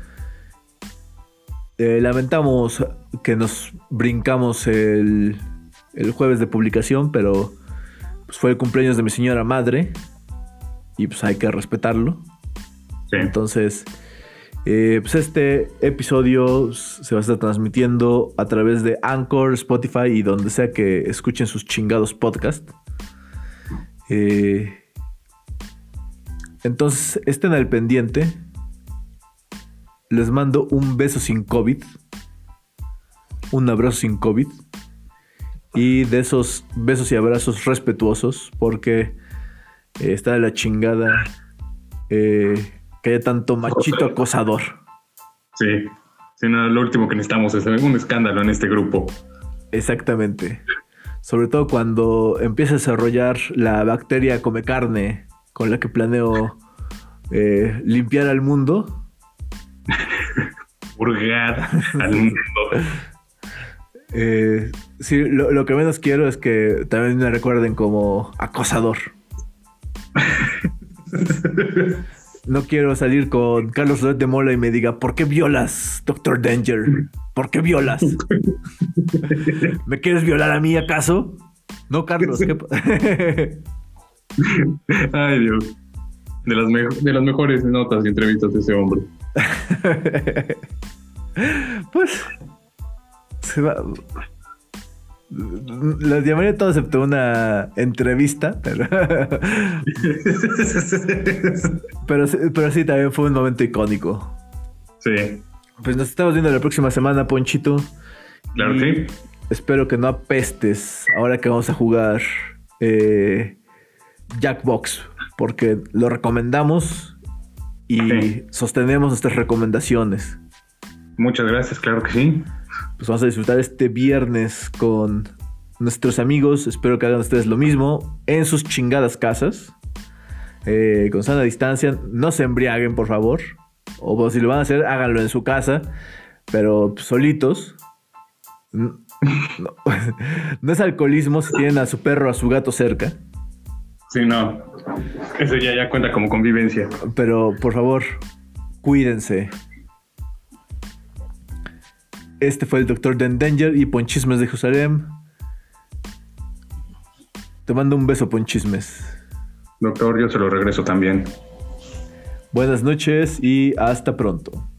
Eh, lamentamos que nos brincamos el, el jueves de publicación, pero pues fue el cumpleaños de mi señora madre y pues hay que respetarlo. Sí. Entonces, eh, pues este episodio se va a estar transmitiendo a través de Anchor, Spotify y donde sea que escuchen sus chingados podcasts. Eh, entonces, estén al pendiente. Les mando un beso sin COVID. Un abrazo sin COVID. Y de esos besos y abrazos respetuosos. Porque eh, está de la chingada eh, que haya tanto machito acosador. Sí. Sí, no, lo último que necesitamos es un escándalo en este grupo. Exactamente. Sobre todo cuando empieza a desarrollar la bacteria come carne con la que planeo eh, limpiar al mundo. Purgar al mundo. Eh, sí, lo, lo que menos quiero es que también me recuerden como acosador. No quiero salir con Carlos Loret de Mola y me diga, ¿por qué violas, doctor Danger? ¿Por qué violas? ¿Me quieres violar a mí acaso? No, Carlos. ¿Qué? Ay, Dios. De las, me- de las mejores notas y entrevistas de ese hombre. Pues se va. Las llamaría todo excepto una entrevista, pero pero, pero sí, también fue un momento icónico. Sí. Pues nos estamos viendo la próxima semana, Ponchito. Claro que sí. Espero que no apestes ahora que vamos a jugar eh, Jackbox, porque lo recomendamos y sí. Sostenemos nuestras recomendaciones. Muchas gracias, claro que sí. Pues vamos a disfrutar este viernes con nuestros amigos. Espero que hagan ustedes lo mismo en sus chingadas casas, eh, con sana distancia. No se embriaguen, por favor. O si lo van a hacer, háganlo en su casa, pero solitos. No, no, no es alcoholismo si tienen a su perro o a su gato cerca. Sí, no. Eso ya, ya cuenta como convivencia. Pero, por favor, cuídense. Este fue el doctor Dan Danger y Ponchismes de Jerusalén. Te mando un beso, Ponchismes. Doctor, yo se lo regreso también. Buenas noches y hasta pronto.